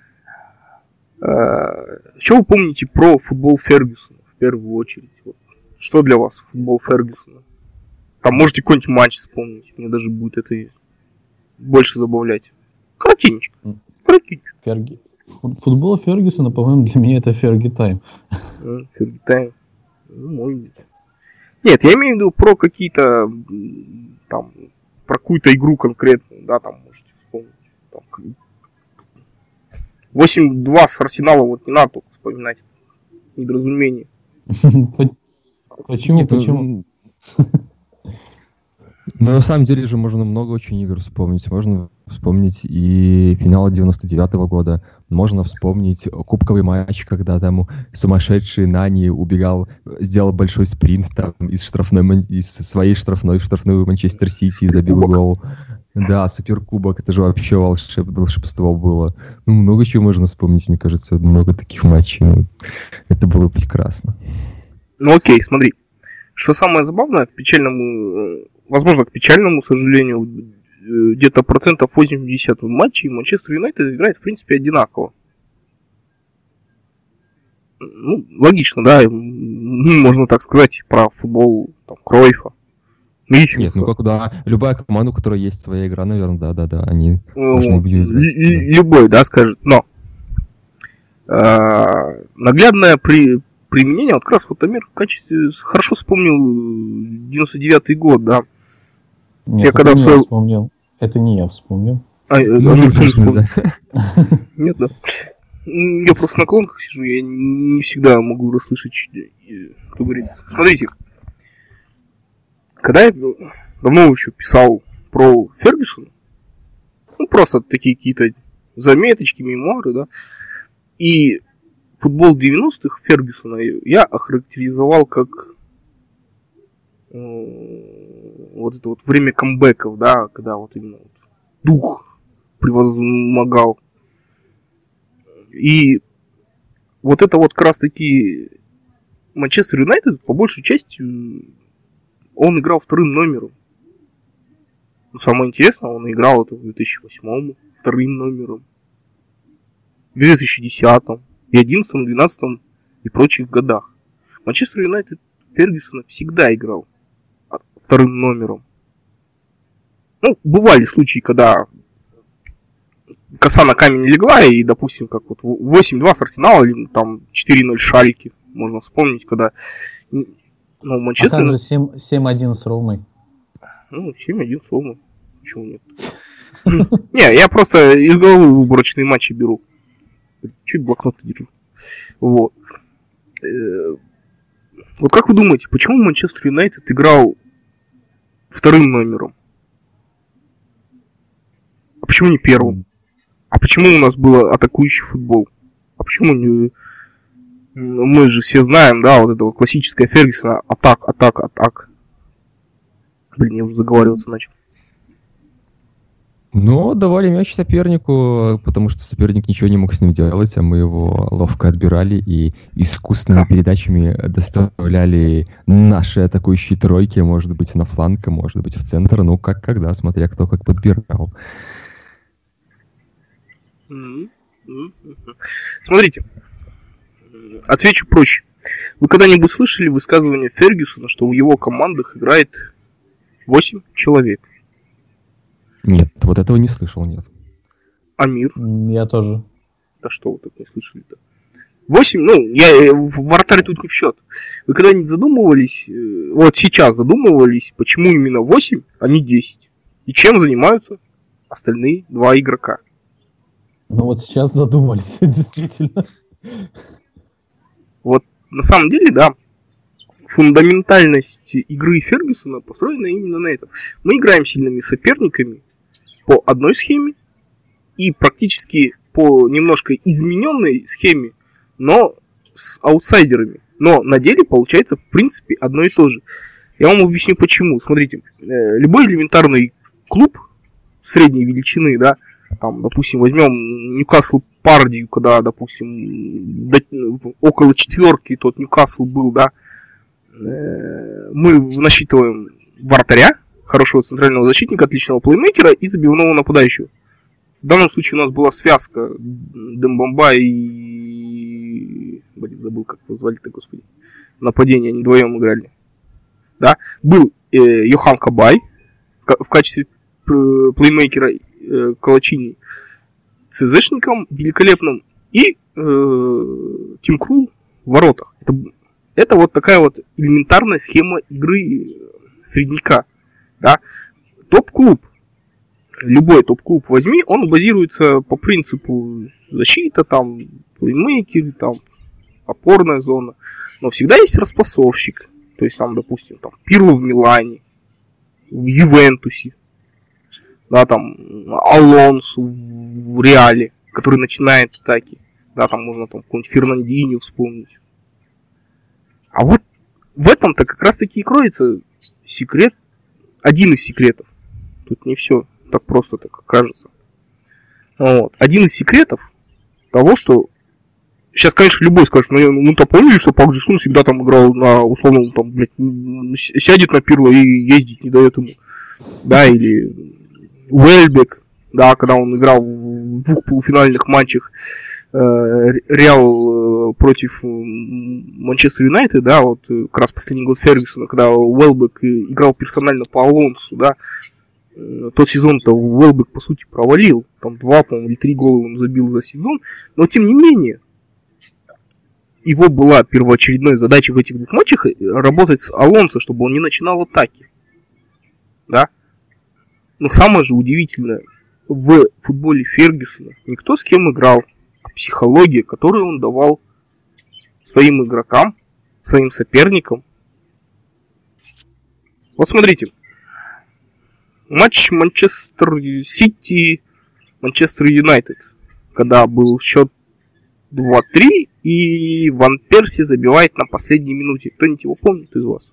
Что вы помните про футбол Фергюсона в первую очередь? Вот. Что для вас футбол Фергюсона? Там можете какой-нибудь матч вспомнить. Мне даже будет это больше забавлять. Коротенечко. Коротенечко. Ферги. Футбол Фергюсона, по-моему, для меня это Ферги Тайм. Ферги Тайм. Ну, может быть. Нет, я имею в виду про какие-то там, про какую-то игру конкретную, да, там можете вспомнить. Там, восемь-два с Арсеналом, вот не надо только вспоминать. Недоразумение. Почему? Почему? Ну, на самом деле же можно много очень игр вспомнить. Можно вспомнить и финал девяносто девятого года. Можно вспомнить кубковый матч, когда там сумасшедший Нани убегал, сделал большой спринт там из штрафной, из своей штрафной в штрафную Манчестер Сити и забил гол. Да, суперкубок, это же вообще волшеб, волшебство было. Ну, много чего можно вспомнить, мне кажется, много таких матчей. Ну, это было прекрасно. Ну окей, смотри. Что самое забавное, к печальному, возможно, к печальному сожалению, где-то процентов восемьдесят в матче Манчестер Юнайтед играет, в принципе, одинаково. Ну, логично, да, можно так сказать про футбол там, Кройфа. Михельса. Нет, ну как, да, любая команда, у которой есть своя игра, наверное, да-да-да, они ну, должны быть играть. Л- любой, да, скажет, но э, наглядное при, применение, вот как раз вот Амир в качестве, хорошо вспомнил девяносто девятый год, да. Нет, я это когда не свой... я вспомнил. Это не я вспомнил. А, ну, Амир тоже вспомнил. Нет, да. Я просто на колонках сижу, я не всегда могу расслышать, кто говорит. Смотрите, когда я давно еще писал про Фергюсона, ну просто такие какие-то заметочки, мемуары, да, и футбол девяностых Фергюсона я охарактеризовал как э, вот это вот время камбэков, да, когда вот именно вот дух превозмогал. И вот это вот как раз таки Манчестер Юнайтед по большей части он играл вторым номером. Но самое интересное, он играл это в две тысячи восьмом вторым номером, в две тысячи десятом, и одиннадцатом, двенадцатом и прочих годах. Манчестер Юнайтед Фергюсона всегда играл вторым номером. Ну, бывали случаи, когда коса на камень легла, и, допустим, как вот восемь-два с Арсенала, или там четыре ноль Шальки, можно вспомнить, когда... Ну, Манчестер... А как же семь один с Ромой? Ну, семь один с Ромой. Почему нет? Не, я просто из головы выборочные матчи беру. Чуть блокнот держу. Вот. Вот как вы думаете, почему Манчестер Юнайтед играл вторым номером? А почему не первым? А почему у нас был атакующий футбол? А почему не... Мы же все знаем, да, вот это вот классическая Фергюсона, атак, атак, атак. Блин, я уже заговариваться начал. Но давали мяч сопернику, потому что соперник ничего не мог с ним делать, а мы его ловко отбирали и искусственными передачами доставляли наши атакующие тройки, может быть, на фланг, может быть, в центр, ну, как когда, смотря кто как подбирал. Смотрите, отвечу проще. Вы когда-нибудь слышали высказывание Фергюсона, что в его командах играет восемь человек? Нет, вот этого не слышал, нет. Амир? Я тоже. Да что вы так не слышали-то? восемь, ну, я, вратарь тут не в счет. Вы когда-нибудь задумывались, вот сейчас задумывались, почему именно восемь, а не десять? И чем занимаются остальные два игрока? Ну вот сейчас задумались, действительно. Вот на самом деле, да, фундаментальность игры Фергюсона построена именно на этом. Мы играем сильными соперниками по одной схеме и практически по немножко измененной схеме, но с аутсайдерами. Но на деле получается, в принципе, одно и то же. Я вам объясню почему. Смотрите, любой элементарный клуб средней величины, да, там, допустим, возьмем Ньюкасл Пардию, когда, допустим, до, около четверки тот Ньюкасл был, да, мы насчитываем вратаря, хорошего центрального защитника, отличного плеймейкера и забивного нападающего. В данном случае у нас была связка Дембамба и... Блин, забыл, как его звали-то, господи. Нападение, они вдвоем играли. Да? Был э, Йохан Кабай в качестве плеймейкера, э, Колочини ЦЗшником великолепным и э, Тим Крул в воротах. Это, это вот такая вот элементарная схема игры средняка. Да? Топ-клуб, любой топ-клуб возьми, он базируется по принципу защита, там, плеймейкер, там, опорная зона. Но всегда есть распасовщик. То есть там, допустим, там, Пирло в Милане, в Ювентусе, да, там, Алонсо в Реале, который начинает атаки. Да, там можно там какого-нибудь Фернандинho вспомнить. А вот в этом-то как раз-таки и кроется секрет, один из секретов. Тут не все так просто, так кажется. Вот. Один из секретов того, что сейчас, конечно, любой скажет, ну, ну-то помнили, что Пак Джи Сун всегда там играл на условном, там, блядь, сядет на Пирло и ездить не дает ему. Да, или Уэльбек, да, когда он играл в двух полуфинальных матчах э, Реал э, против Манчестер Юнайтед, да, вот как раз последний год Фергюсона, когда Уэльбек играл персонально по Алонсу, да, э, тот сезон-то Уэльбек, по сути, провалил, там два, по-моему, или три гола он забил за сезон, но тем не менее, его была первоочередной задачей в этих двух матчах работать с Алонсо, чтобы он не начинал атаки. Да? Но самое же удивительное, в футболе Фергюсона никто с кем играл, а психология, которую он давал своим игрокам, своим соперникам. Вот смотрите. Матч Манчестер Сити, Манчестер Юнайтед, когда был счет два-три, и Ван Перси забивает на последней минуте. Кто-нибудь его помнит из вас?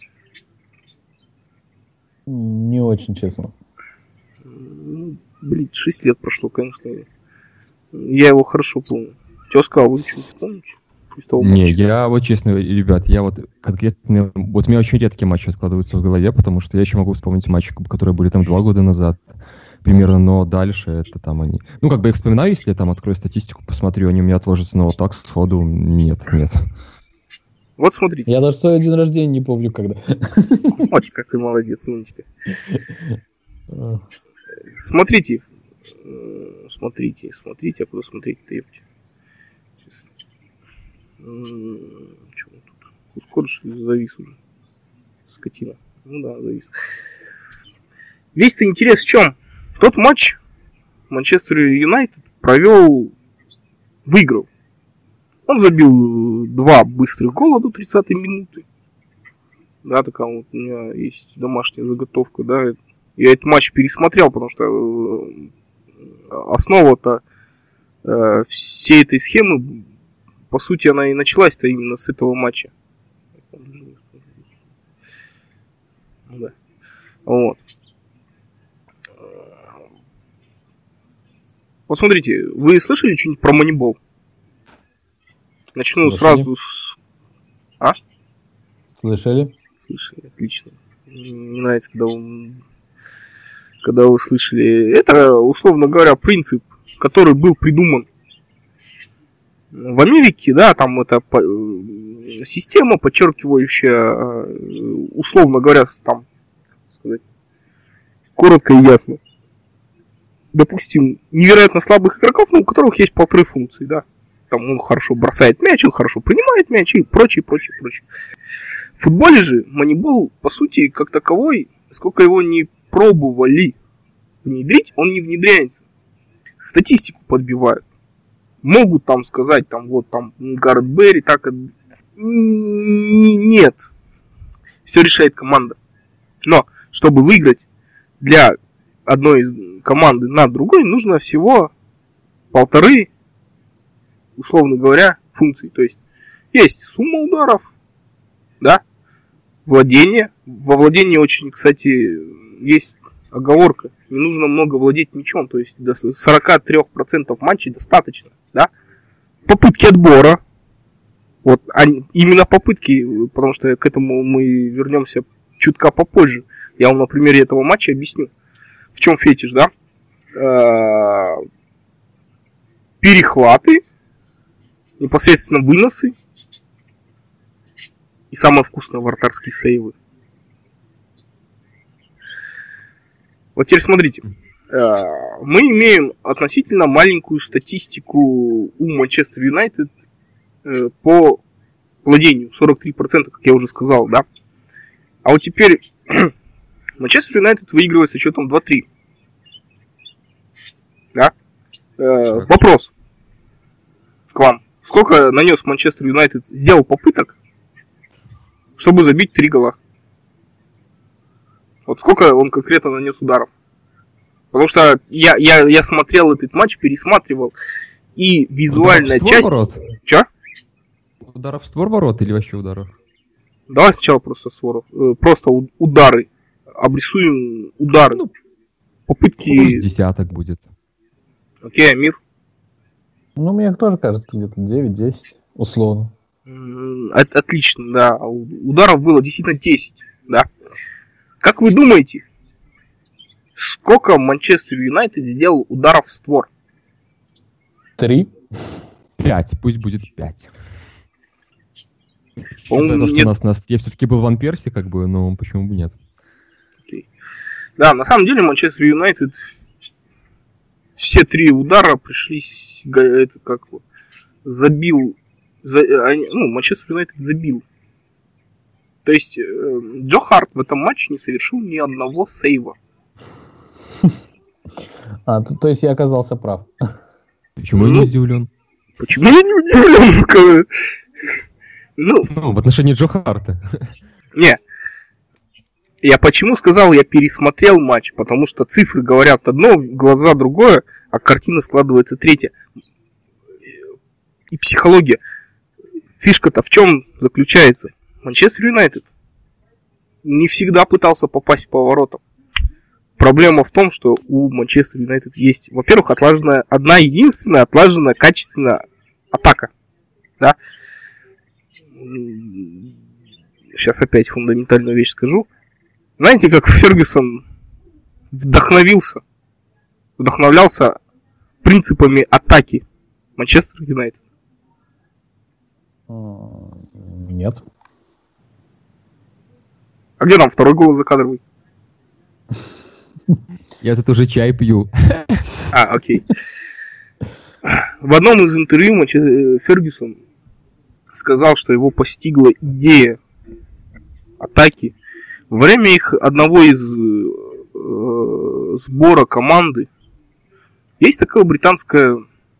Не очень, честно. Блин, шесть лет прошло, конечно. Я его хорошо помню. Тезка, а вы что-нибудь помните? Не, я вот честно, ребят, я вот конкретно... Вот у меня очень редкие матчи откладываются в голове, потому что я еще могу вспомнить матчи, которые были там два года назад. Примерно, но дальше это там они... Ну, как бы я вспоминаю, если я там открою статистику, посмотрю, они у меня отложатся, но вот так сходу нет, нет. Вот смотрите. Я даже свой день рождения не помню, когда. Вот как ты молодец, умничка. Смотрите. Смотрите, смотрите, а куда смотреть-то, ебать? Чего тут? Ускоришь, завис уже. Скотина. Ну да, завис. Весь-то интерес в чем? Тот матч Манчестер Юнайтед провел, выиграл. Он забил два быстрых гола до тридцатой минуты. Да, такая вот у меня есть домашняя заготовка, да. Я этот матч пересмотрел, потому что основа-то э, всей этой схемы, по сути, она и началась-то именно с этого матча. Да. Вот. Вот смотрите, вы слышали что-нибудь про Moneyball? Начну слышали. Сразу с... А? Слышали? Слышали, отлично. Мне нравится, когда вы... когда вы слышали. Это, условно говоря, принцип, который был придуман в Америке, да, там это система, подчеркивающая, условно говоря, там, сказать, коротко и ясно. Допустим, невероятно слабых игроков, но у которых есть полторы функции, да. Там он хорошо бросает мяч, он хорошо принимает мяч и прочее, прочее, прочее. В футболе же Moneyball, по сути, как таковой, сколько его не пробовали внедрить, он не внедряется. Статистику подбивают. Могут там сказать, там вот там Гаррет Берри, так нет. Все решает команда. Но, чтобы выиграть для одной команды над другой, нужно всего полторы, условно говоря, функции. То есть, есть сумма ударов, да, владение. Во владении очень, кстати, есть оговорка. Не нужно много владеть мячом. То есть, до сорок три процента матчей достаточно, да. Попытки отбора. Вот, они, именно попытки, потому что к этому мы вернемся чутка попозже. Я вам на примере этого матча объясню. В чем фетиш, да? Э-э- перехваты, непосредственно выносы и самое вкусное вратарские сейвы. Вот теперь смотрите. Э-э- мы имеем относительно маленькую статистику у Манчестер Юнайтед э- по владению. сорок три процента, как я уже сказал, да? А вот теперь Манчестер Юнайтед выигрывает со счетом два-три. Да? Э, вопрос к вам. Сколько нанес Манчестер Юнайтед, сделал попыток, чтобы забить три гола? Вот сколько он конкретно нанес ударов? Потому что я, я, я смотрел этот матч, пересматривал, и визуальная часть... Че? Ударов в створ ворот или вообще ударов? Давай сначала просто своров. Просто удары. Обрисуем удары. Ну, попытки... Ну, десяток будет. Окей, Амир? Ну, мне тоже кажется, где-то девять-десять, условно. От, отлично, да. Ударов было действительно десять, да. Как вы думаете, сколько Манчестер Юнайтед сделал ударов в створ? Три. Пять, пусть будет пять. То, что у нас, у нас я все-таки был Ван Перси, как бы, но почему бы нет? Okay. Да, на самом деле Манчестер Юнайтед все три удара пришлись, это как забил, за, ну, Манчестер Юнайтед забил. То есть э, Джо Харт в этом матче не совершил ни одного сейва. А, то, то есть я оказался прав. Почему я не удивлен? Почему я не удивлен, скажу? Ну, ну, в отношении Джо Харта. Не. Я почему сказал, я пересмотрел матч, потому что цифры говорят одно, глаза другое, а картина складывается третья. И психология. Фишка-то в чем заключается? Манчестер Юнайтед не всегда пытался попасть по воротам. Проблема в том, что у Манчестер Юнайтед есть, во-первых, отлаженная, одна единственная отлаженная качественная атака. Да? Сейчас опять фундаментальную вещь скажу. Знаете, как Фергюсон вдохновился, вдохновлялся принципами атаки Манчестер Юнайтед? Нет. А где там второй гол закадровый? Я тут уже чай пью. А, окей. В одном из интервью Фергюсон сказал, что его постигла идея атаки во время их одного из э, сбора команды. Есть такое британское,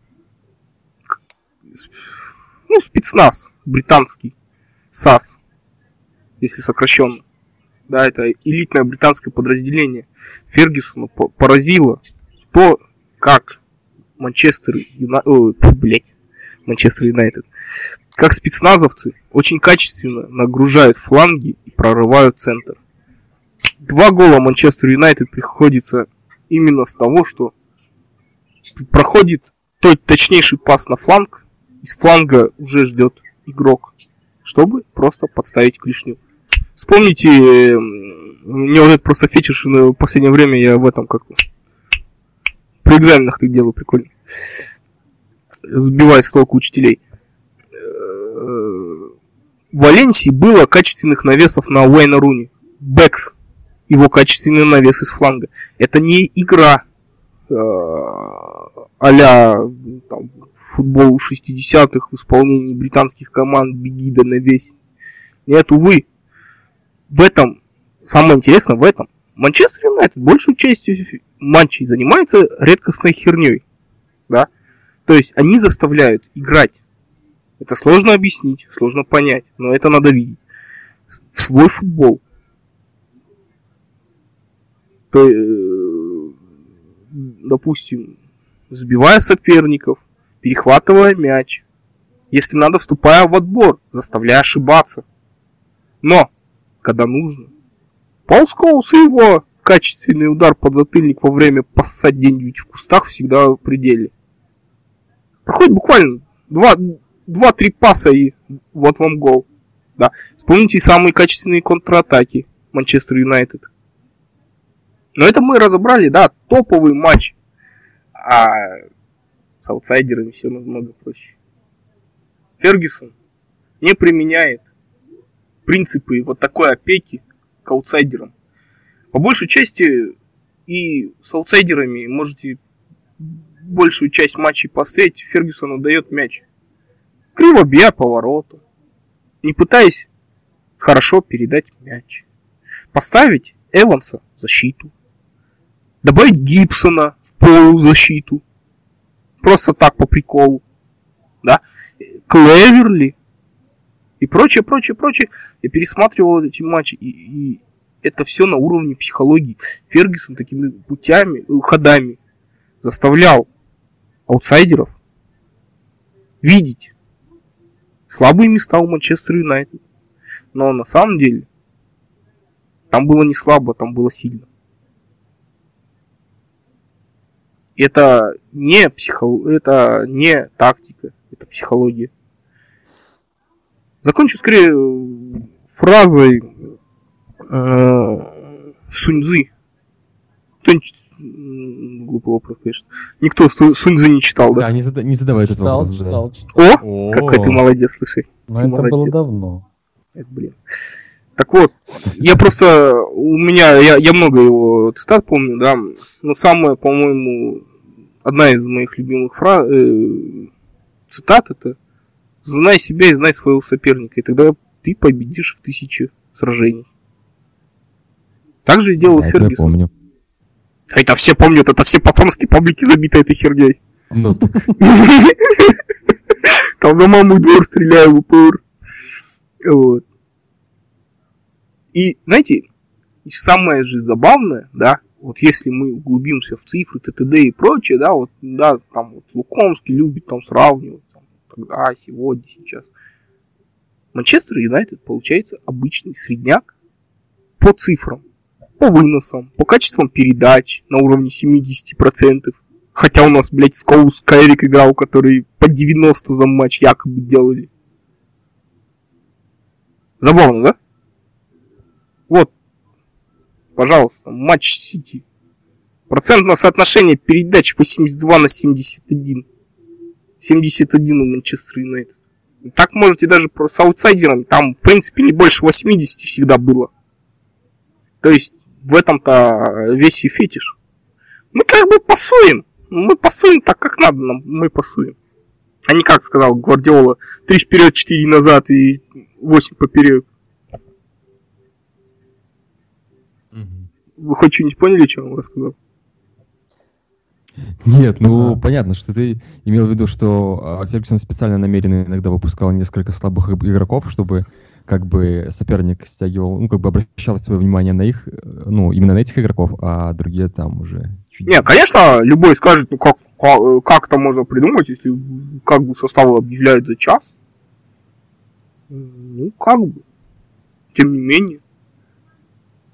ну, спецназ британский, САС, если сокращенно. Да, это элитное британское подразделение. Фергюсона поразило то, как Манчестер Юнайтед, блять, Манчестер Юнайтед, как спецназовцы очень качественно нагружают фланги и прорывают центр. Два гола Манчестер Юнайтед приходится именно с того, что проходит тот точнейший пас на фланг, из фланга уже ждет игрок, чтобы просто подставить клешню. Вспомните, мне вот это просто фетиш в последнее время, я в этом как при экзаменах так делаю, прикольно. Сбиваю с толку учителей. В Валенсии было качественных навесов на Уэйна Руни. Бэкс, его качественный навес из фланга. Это не игра а-ля там, футбол шестидесятых в исполнении британских команд «Беги да навесь». Нет, увы. В этом, самое интересное в этом, Манчестер Юнайтед большую часть матчей занимается редкостной херней. Да? То есть они заставляют играть. Это сложно объяснить, сложно понять, но это надо видеть. В свой футбол. То, допустим, сбивая соперников, перехватывая мяч. Если надо, вступая в отбор, заставляя ошибаться. Но, когда нужно, Пол Скоулс и его качественный удар под затыльник во время пасса где-нибудь в кустах всегда в пределе. Проходит буквально два-три паса и вот вам гол. Да. Вспомните самые качественные контратаки Манчестер Юнайтед. Но это мы разобрали, да, топовый матч. А с аутсайдерами все намного проще. Фергюсон не применяет принципы вот такой опеки к аутсайдерам. По большей части и с аутсайдерами можете большую часть матчей посмотреть, Фергюсону дает мяч. Криво бья повороту. Не пытаясь хорошо передать мяч. Поставить Эванса в защиту. Добавить Гибсона в полузащиту. Просто так по приколу. Да? Клеверли. И прочее, прочее, прочее. Я пересматривал эти матчи. И, и это все на уровне психологии. Фергюсон такими путями, ходами заставлял аутсайдеров видеть слабые места у Манчестер Юнайтед. Но на самом деле там было не слабо, там было сильно. Это не психо... это не тактика, это психология. Закончу скорее фразой э, Сунь-Цзы. Кто-нибудь... Глупый вопрос, конечно. Никто Сунь-Цзы не читал, да? Да, не, зада... не задавай этот читал, вопрос. Читал, Да. читал, читал. О, какой ты молодец, слушай. Но это молодец. было давно. Это, блин. Так вот, я просто... У меня... Я, я много его цитат помню, да. Но самое, по-моему... Одна из моих любимых фраз... Э, цитат это... Знай себя и знай своего соперника. И тогда ты победишь в тысяче сражений. Так же и делал да, Фергюсон. Я помню. Это все помнят, это все пацанские паблики забиты этой херней. Ну так. Там на маму и двор стреляю в упор. Вот. И, знаете, самое же забавное, да, вот если мы углубимся в цифры, ТТД и прочее, да, вот, да, там вот Лукомский любит там сравнивать, там, тогда, сегодня, сейчас. Манчестер Юнайтед получается обычный средняк по цифрам, по выносам, по качествам передач на уровне семьдесят процентов. Хотя у нас, блядь, Скоулс Кайрик играл, который по девяносто за матч якобы делали. Забавно, да? Вот, пожалуйста, матч Сити. Процентное соотношение передач восемьдесят два на семьдесят один. семьдесят один у Манчестер Юнайтед. Так можете даже с аутсайдерами. Там, в принципе, не больше восемьдесят всегда было. То есть, в этом-то весь и фетиш. Мы как бы пасуем. Мы пасуем так, как надо нам. Мы пасуем. А не как сказал Гвардиола. Три вперед, четыре назад и восемь поперек. Вы хоть что-нибудь поняли, что я вам рассказал? Нет, ну а. понятно, что ты имел в виду, что Фергюсон специально намеренно иногда выпускал несколько слабых игроков, чтобы как бы соперник стягивал, ну как бы обращал свое внимание на их, ну именно на этих игроков, а другие там уже чуть... Не, конечно, любой скажет, ну как, как, как это можно придумать, если как бы составы объявляют за час. Ну как бы, тем не менее.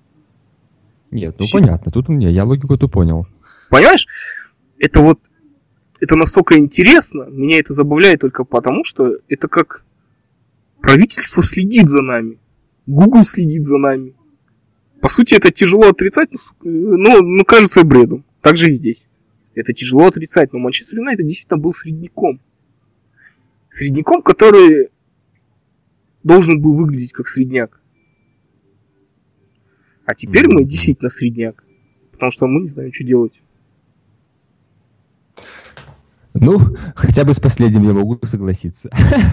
Нет, ну Си... понятно, тут у меня, я логику эту понял. Понимаешь, это вот это настолько интересно, меня это забавляет только потому, что это как правительство следит за нами, Google следит за нами. По сути, это тяжело отрицать, но, но кажется бредом. Так же и здесь. Это тяжело отрицать, но Манчестер Юнайтед действительно был средняком. Средняком, который должен был выглядеть как средняк. А теперь мы действительно средняк. Потому что мы не знаем, что делать. Ну, хотя бы с последним я могу согласиться.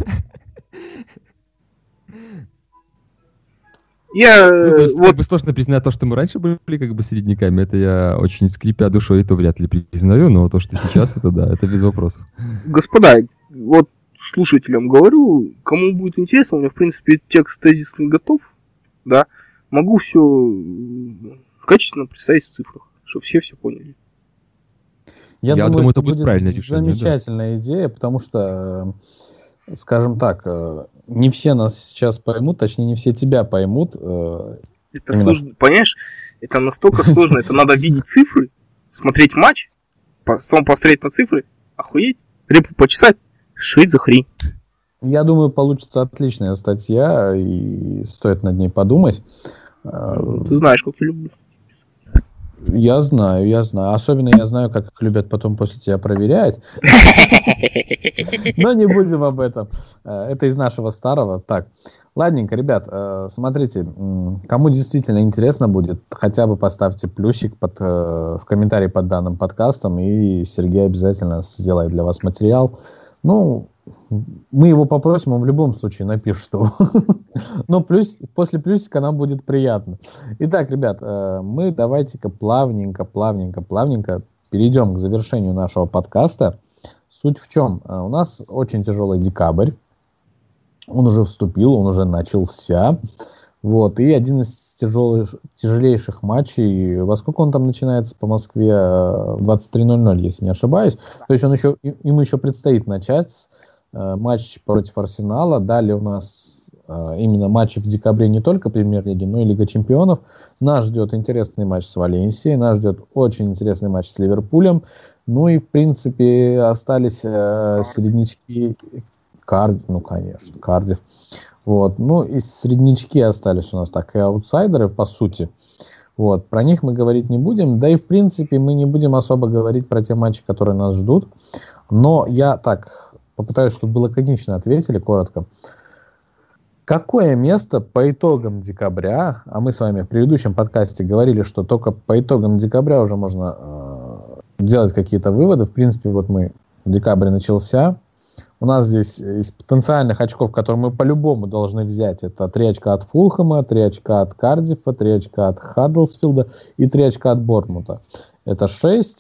Я, ну, то есть, вот... как бы сложно признать то, что мы раньше были как бы средняками, это я очень скрипя душой, это вряд ли признаю, но то, что сейчас, это да, это без вопросов. Господа, вот слушателям говорю, кому будет интересно, у меня, в принципе, текст тезисный готов, да, могу все качественно представить в цифрах, чтобы все все поняли. Я, я думаю, думаю, это будет, будет правильное решение. Замечательная да. идея, потому что, скажем так, не все нас сейчас поймут, точнее, не все тебя поймут. Это именно... сложно, понимаешь, это настолько сложно, это надо видеть цифры, смотреть матч, потом посмотреть на цифры, охуеть, репу почесать, шить за хрень. Я думаю, получится отличная статья, и стоит над ней подумать. Ты знаешь, как я люблю. Я знаю, я знаю. Особенно я знаю, как их любят потом после тебя проверять. Но не будем об этом. Это из нашего старого. Так, ладненько, ребят, смотрите, кому действительно интересно будет, хотя бы поставьте плюсик под, в комментарии под данным подкастом, и Сергей обязательно сделает для вас материал. Ну, мы его попросим, он в любом случае напишет его. Но плюс, после плюсика нам будет приятно. Итак, ребят, мы давайте-ка плавненько, плавненько, плавненько перейдем к завершению нашего подкаста. Суть в чем? У нас очень тяжелый декабрь. Он уже вступил, он уже начался. Вот, и один из тяжелых, тяжелейших матчей, во сколько он там начинается по Москве, в двадцать три ноль ноль, если не ошибаюсь. То есть он еще, ему еще предстоит начать э, матч против Арсенала. Далее у нас э, именно матчи в декабре не только Премьер-лиги, но и Лига Чемпионов. Нас ждет интересный матч с Валенсией, нас ждет очень интересный матч с Ливерпулем. Ну и, в принципе, остались э, середнячки Кардив, ну, конечно, Кардив. Вот. Ну, и среднячки остались у нас, так и аутсайдеры, по сути. Вот. Про них мы говорить не будем. Да и, в принципе, мы не будем особо говорить про те матчи, которые нас ждут. Но я так попытаюсь, чтобы вы лаконично ответили, коротко. Какое место по итогам декабря, а мы с вами в предыдущем подкасте говорили, что только по итогам декабря уже можно э, делать какие-то выводы. В принципе, вот мы, декабрь начался. У нас здесь из потенциальных очков, которые мы по-любому должны взять, это три очка от Фулхэма, три очка от Кардифа, три очка от Хаддерсфилда и три очка от Бормута. Это шесть,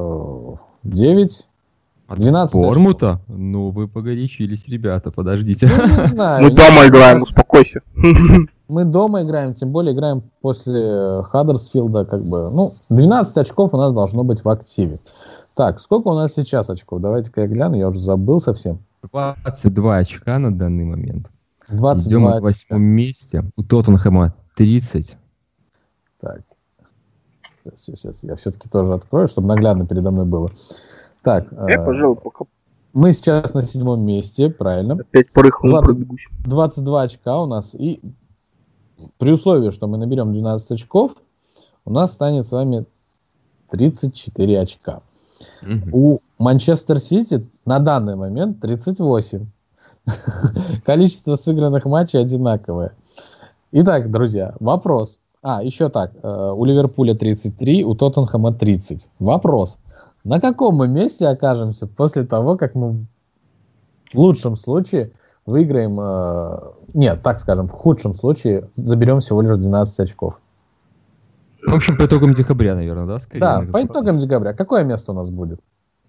девять, двенадцать Бормута? Очков. Ну, вы погорячились, ребята, подождите. Ну, не знаю, мы дома играем, успокойся. Мы дома играем, тем более играем после Хаддерсфилда, как бы, ну, двенадцать очков у нас должно быть в активе. Так, сколько у нас сейчас очков? Давайте-ка я гляну, я уже забыл совсем. двадцать два очка на данный момент. двадцать два Идем в восьмом месте. У Тоттенхэма тридцать. Так. Сейчас, сейчас я все-таки тоже открою, чтобы наглядно передо мной было. Так. Я, э, пожалуй, пока... Мы сейчас на седьмом месте, правильно. Опять порыхло пробегусь. двадцать два очка у нас. И при условии, что мы наберем двенадцать очков, у нас станет с вами тридцать четыре очка. Mm-hmm. У Манчестер Сити на данный момент тридцать восемь. Количество сыгранных матчей одинаковое. Итак, друзья, вопрос. А, еще так. У Ливерпуля тридцать три, у Тоттенхэма тридцать. Вопрос. На каком мы месте окажемся после того, как мы в лучшем случае выиграем... Нет, так скажем, в худшем случае заберем всего лишь двенадцать очков. В общем, по итогам декабря, наверное, да? Скорее, да, по итогам декабря. Какое место у нас будет?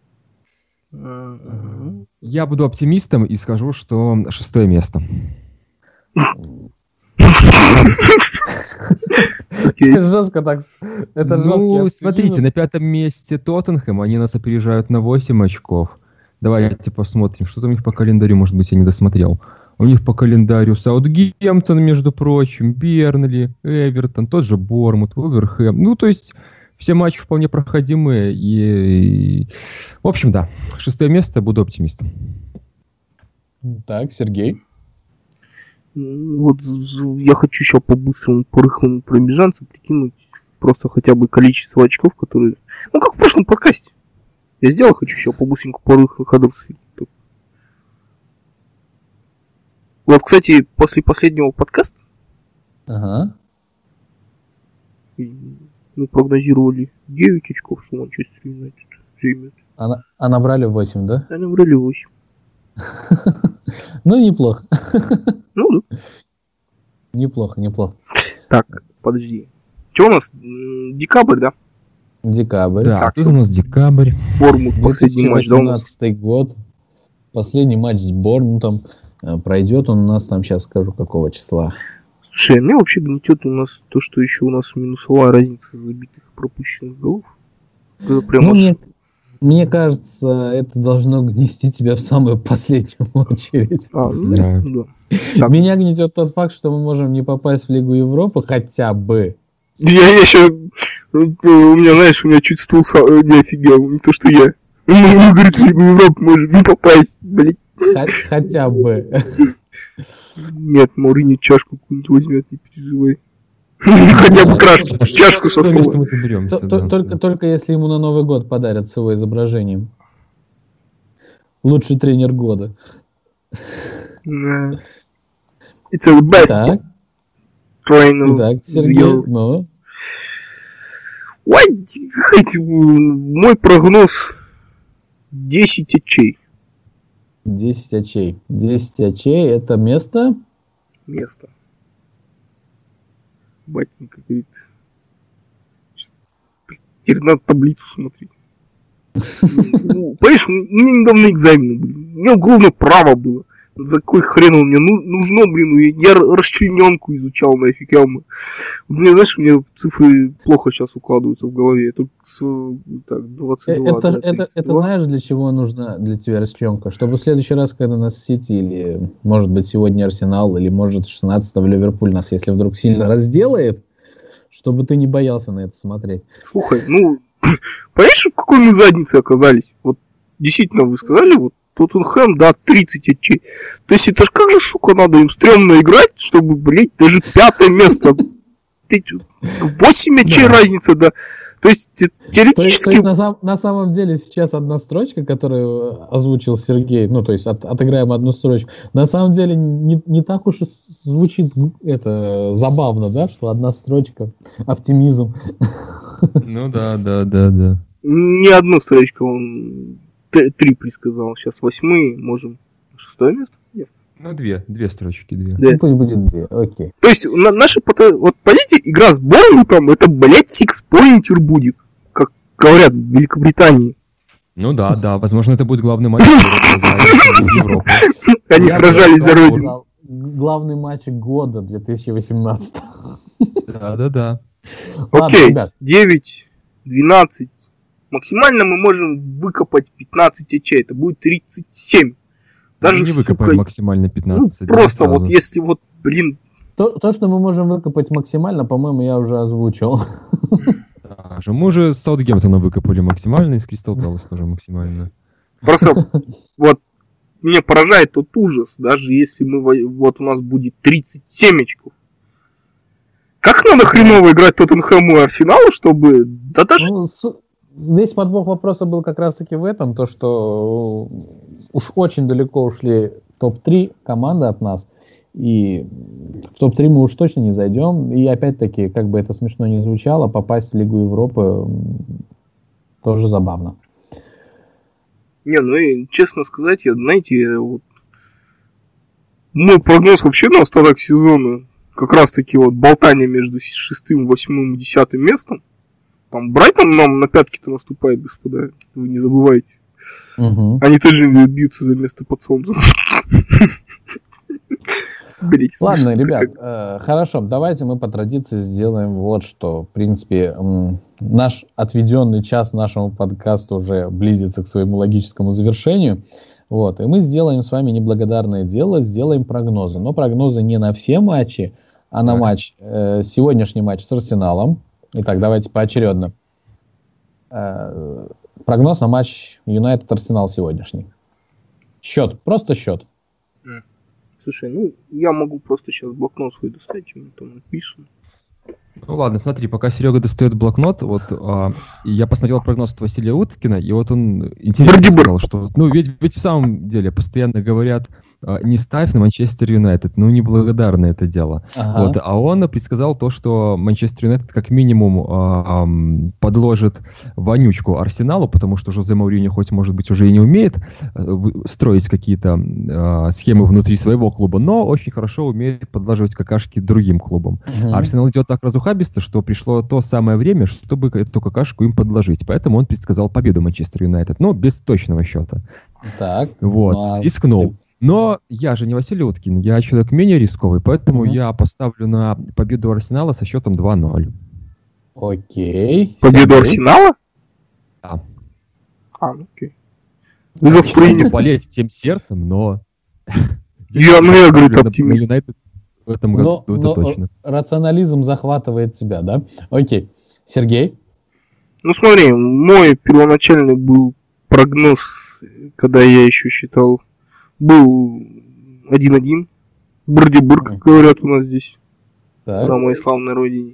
Я буду оптимистом и скажу, что шестое место. Жестко так. Это ну, смотрите, на пятом месте Тоттенхэм, они нас опережают на восемь очков. Давайте посмотрим, что там у них по календарю, может быть, я не досмотрел. У них по календарю Саутгемптон, между прочим, Бернли, Эвертон, тот же Бормут, Вулверхэм. Ну, то есть все матчи вполне проходимые. И В общем, да, шестое место, буду оптимистом. Так, Сергей. Вот я хочу еще по-быстрому, по-рыхлому пробежаться, прикинуть просто хотя бы количество очков, которые... Ну, как в прошлом подкасте. Я сделал, хочу еще по-быстреньку по-рыхлым ходам. Вот, кстати, после последнего подкаста Ага. мы прогнозировали девять очков, что Манчестер Юнайтед займет. А, а набрали восемь, да? А набрали восемь. Ну, неплохо. Ну, да. Неплохо, неплохо. Так, подожди. Что у нас? Декабрь, да? Декабрь. Да, Так, тут у нас декабрь. Бормут, две последний тысячи матч, да, у нас? восемнадцатый год. Последний матч с Борнмутом. Э, Пройдет он у нас там, сейчас скажу, какого числа. Слушай, а меня вообще гнетет у нас то, что еще у нас минусовая разница забитых и пропущенных голов. Это прям Ну, аж- мне, мне кажется, это должно гнести тебя в самую последнюю очередь. А, ну, Да. да. Так. Меня гнетет тот факт, что мы можем не попасть в Лигу Европы хотя бы. Я еще... У меня, знаешь, у меня чуть стул са- э, не офигел, не то, что я. Мы, мы, говорит, в Лигу Европы можем не попасть, блядь. Хо- хотя бы. Нет, Мауриньо чашку какую-нибудь возьмет, не переживай. Хотя бы крашку, чашку со Шестое место стола. мы соберемся, Т- т- да. Только, только если ему на Новый год подарят с его изображением. Лучший тренер года. Да. It's the best Так, trainer. итак, Сергей, Я- ну, Ой, хоть, мой прогноз десять очей. десять очей. десять очей это место. Место. Батенька говорит. Теперь надо таблицу смотреть. Ну, понимаешь, у меня недавно экзамены были. У меня уголовное право было. За какой хрен он мне ну- нужно, блин? Я р- расчлененку изучал нафиг. Я, м- у меня, знаешь, у меня цифры плохо сейчас укладываются в голове. Я только с так, двадцать Э, два. Это, да, это, это тридцать два. знаешь, для чего нужна для тебя расчленка? Чтобы в следующий раз, когда нас Сити или, может быть, сегодня Арсенал, или, может, шестнадцатого Ливерпуль нас, если вдруг сильно разделает, чтобы ты не боялся на это смотреть. Слушай, ну, понимаешь, в какой мы заднице оказались? Вот, действительно, вы сказали, вот, Тоттенхэм, да, тридцать очей. То есть, это ж как же, сука, надо им стрёмно играть, чтобы, блядь, даже пятое место. восемь очей Да. разница, да. То есть, те- То есть, теоретически... то есть на, сам- на самом деле сейчас одна строчка, которую озвучил Сергей, ну, то есть от- отыграем одну строчку, на самом деле не, не так уж и с- звучит это забавно, да, что одна строчка, оптимизм. Ну да, да, да, да. Не одну строчку, он т- три предсказал. Сейчас восьмые, можем шестое место? Нет. Ну, две, две строчки, две. Да. Ну, пусть будет две, окей. То есть, на, наши, пото- вот, пойдите, игра с Борнмутом, это, блядь, сикспоинтер будет, как говорят в Великобритании. Ну да, да, возможно, это будет главный матч в Европе. Они Я бы сражались за сказал, родину. Главный матч года две тысячи восемнадцатого. Да, да, да. Ладно, Окей, ребят, девять, двенадцать. Максимально мы можем выкопать пятнадцать очей. Это будет тридцать семь. Даже, не сука, выкопаем максимально ну, пятнадцать. да, просто сразу. вот если вот, блин, то, то, что мы можем выкопать максимально, по-моему, я уже озвучил. Да, же мы уже с Саутгемптона выкопали максимально, и с Кристал Пэлас тоже максимально. просто вот меня поражает тот ужас, даже если мы во- вот у нас будет тридцать семь очков. Как надо хреново играть Тоттенхэму и Арсеналу, чтобы... Да даже... Ну, с- весь подвох вопроса был как раз-таки в этом, то, что уж очень далеко ушли топ три команды от нас, и в топ три мы уж точно не зайдем, и опять-таки, как бы это смешно ни звучало, попасть в Лигу Европы м, тоже забавно. Не, ну и честно сказать, я, знаете, вот мой прогноз вообще на остаток сезона как раз таки вот болтание между шестым, восьмым и десятым местом. Там Брайтон нам на пятки-то наступает, господа, вы не забывайте. Мгм. Они тоже бьются за место под солнцем. Блять, Ладно, смешно ребят, как. э, хорошо, давайте мы по традиции сделаем вот что. В принципе, м, наш отведенный час нашему подкасту уже близится к своему логическому завершению. Вот, и мы сделаем с вами неблагодарное дело, сделаем прогнозы. Но прогнозы не на все матчи, а на Так. матч, э, сегодняшний матч с Арсеналом. Итак, давайте поочередно. Э, Прогноз на матч Юнайтед-Арсенал сегодняшний. Счет, просто счет. Слушай, ну, я могу просто сейчас блокнот свой достать, ему там написано. Ну ладно, смотри, пока Серега достает блокнот, вот а, я посмотрел прогноз от Василия Уткина, и вот он интересно сказал, что, ну, ведь, ведь в самом деле постоянно говорят, а, не ставь на Манчестер Юнайтед, ну, неблагодарно это дело. Ага. Вот, а он предсказал то, что Манчестер Юнайтед как минимум а, а, подложит вонючку Арсеналу, потому что Жозе Мауриньо хоть, может быть, уже и не умеет а, строить какие-то а, схемы внутри своего клуба, но очень хорошо умеет подлаживать какашки другим клубам. Угу. Арсенал идет так разухабисто, что пришло то самое время, чтобы эту какашку им подложить. Поэтому он предсказал победу Манчестер Юнайтед, но без точного счета. Так. Вот, ну, а... рискнул. Но я же не Василий Уткин, я человек менее рисковый, поэтому угу. я поставлю на победу Арсенала со счетом два ноль. Окей. Победу Сергей. Арсенала? Да. А, ну окей. Ну, я хочу болеть всем сердцем, но... Я, ну, я говорю, на Юнайтед в этом году, но, это но точно. Рационализм захватывает тебя, да? Окей. Сергей? Ну смотри, мой первоначальный был прогноз, когда я еще считал, был один-один. Брдибур, как говорят у нас здесь, так. На моей славной родине.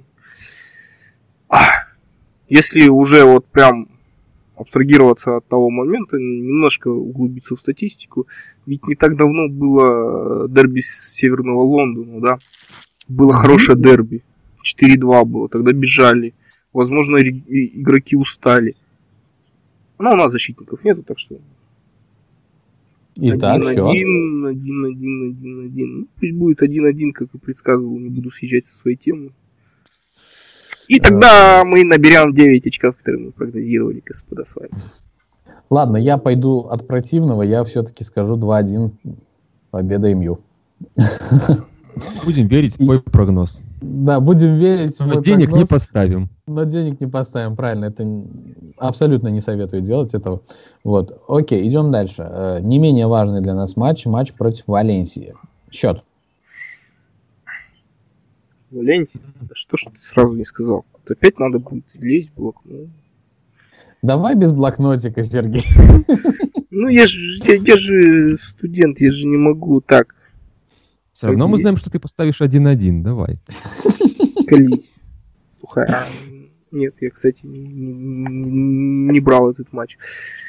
Если уже вот прям абстрагироваться от того момента, немножко углубиться в статистику, ведь не так давно было дерби с Северного Лондона, да? Было хорошее дерби. четыре-два было, тогда бежали. Возможно, игроки устали. Но у нас защитников нету, так что... Итак, счет. один один один один один. Ну, пусть будет один-один, как и предсказывал, не буду съезжать со своей темы. И тогда мы наберем девять очков, которые мы прогнозировали, господа, с вами. Ладно, я пойду от противного, я все-таки скажу два-один, победа эм ю. Будем верить в твой прогноз. Да, будем верить в Но денег прогноз, не поставим. Но денег не поставим, правильно, это абсолютно не советую делать этого. Вот, окей, идем дальше. Не менее важный для нас матч, матч против Валенсии. Счет. Валенсия? Да что ж ты сразу не сказал? Вот опять надо будет лезть в блокнот. Давай без блокнотика, Сергей. Ну, я же, я, я же студент, я же не могу так. Все равно мы есть. Знаем, что ты поставишь один-один, давай. Колись. Слухай, а, нет, я, кстати, не, не, не брал этот матч.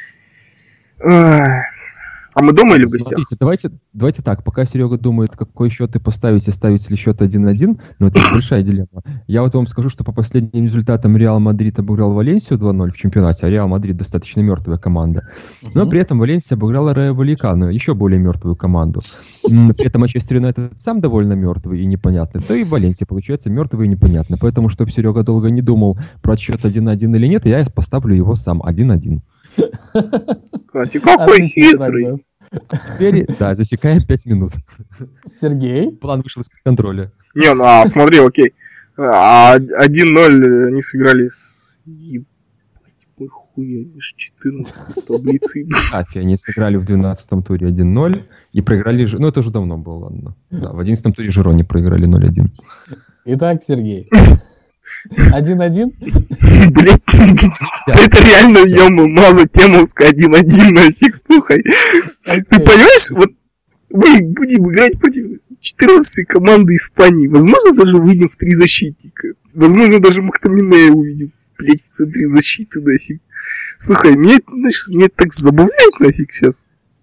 А мы дома или в гостях? Смотрите, давайте, давайте так, пока Серега думает, какой счет ты поставите, ставить ли счет один-один, но это большая дилемма. Я вот вам скажу, что по последним результатам Реал Мадрид обыграл Валенсию два-ноль в чемпионате, а Реал Мадрид достаточно мертвая команда. Но при этом Валенсия обыграла Райо Валлекано, еще более мертвую команду. При этом Манчестер Юнайтед сам довольно мертвый и непонятный, то и Валенсия получается мертвый и непонятный. Поэтому, чтобы Серега долго не думал про счет один-один или нет, я поставлю его сам один-один. Кстати, какой хитрый. Теперь, да, засекаем пять минут. Сергей? План вышел из-под контроля. Не, ну а смотри, окей. А один-ноль они сыграли с... Ебать, мой хуй, аж четырнадцать таблицы. Афи, они сыграли в двенадцатом туре один-ноль и проиграли... Ну, это уже давно было, ладно. Да, в одиннадцатом туре Жироне проиграли ноль-один. Итак, Сергей. один-один? Блин, это реально, ё-моё, маза темовская один-один, нафиг, слухай. Ты понимаешь, вот мы будем играть против четырнадцатой команды Испании. Возможно, даже выйдем в три защитника. Возможно, даже Мактамине увидим, блять, в центре защиты, нафиг. Слухай, мне, знаешь, мне так забавляет, нафиг, сейчас.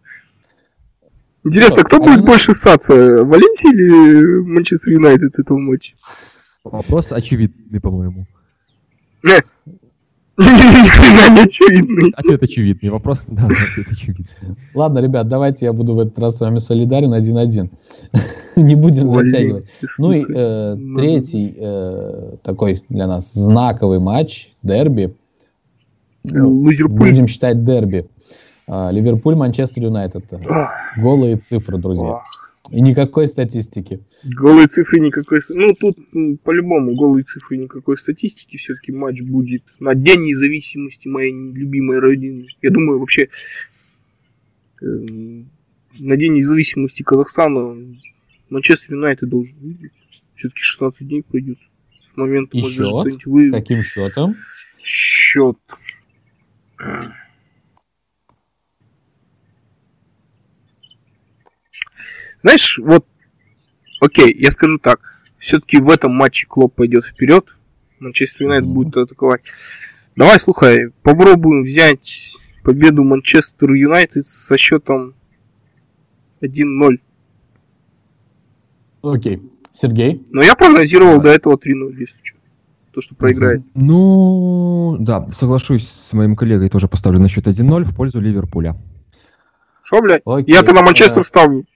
Интересно, кто будет больше ссаться, Валенсия или Манчестер Юнайтед этого матча? Вопрос очевидный, по-моему. Не, ни хрена не очевидный. Ответ очевидный. Вопрос, да, ответ очевидный. Ладно, ребят, давайте я буду в этот раз с вами солидарен один-один. Не будем затягивать. Ну и э, третий э, такой для нас знаковый матч, дерби. Ливерпуль. Будем считать дерби. А, Ливерпуль, Манчестер Юнайтед. Голые цифры, друзья. И никакой статистики. Голые цифры никакой... Ну, тут ну, по-любому голые цифры никакой статистики. Все-таки матч будет на День независимости моей любимой родины. Я думаю, вообще э, на День независимости Казахстана Манчестер Юнайтед должен выиграть. Все-таки шестнадцать дней пройдет. С момента, и счет? Вы... Каким счетом? Счет Знаешь, вот, окей, я скажу так. Все-таки в этом матче Клоп пойдет вперед. Манчестер Юнайтед mm-hmm. будет атаковать. Давай, слухай, попробуем взять победу Манчестер Юнайтед со счетом один ноль. Окей. Сергей? Но я прогнозировал до этого три ноль, если что. То, что проиграет. Ну, да, соглашусь с моим коллегой, тоже поставлю на счет один ноль в пользу Ливерпуля. Шо, блядь? Окей. Я-то на Манчестер ставлю.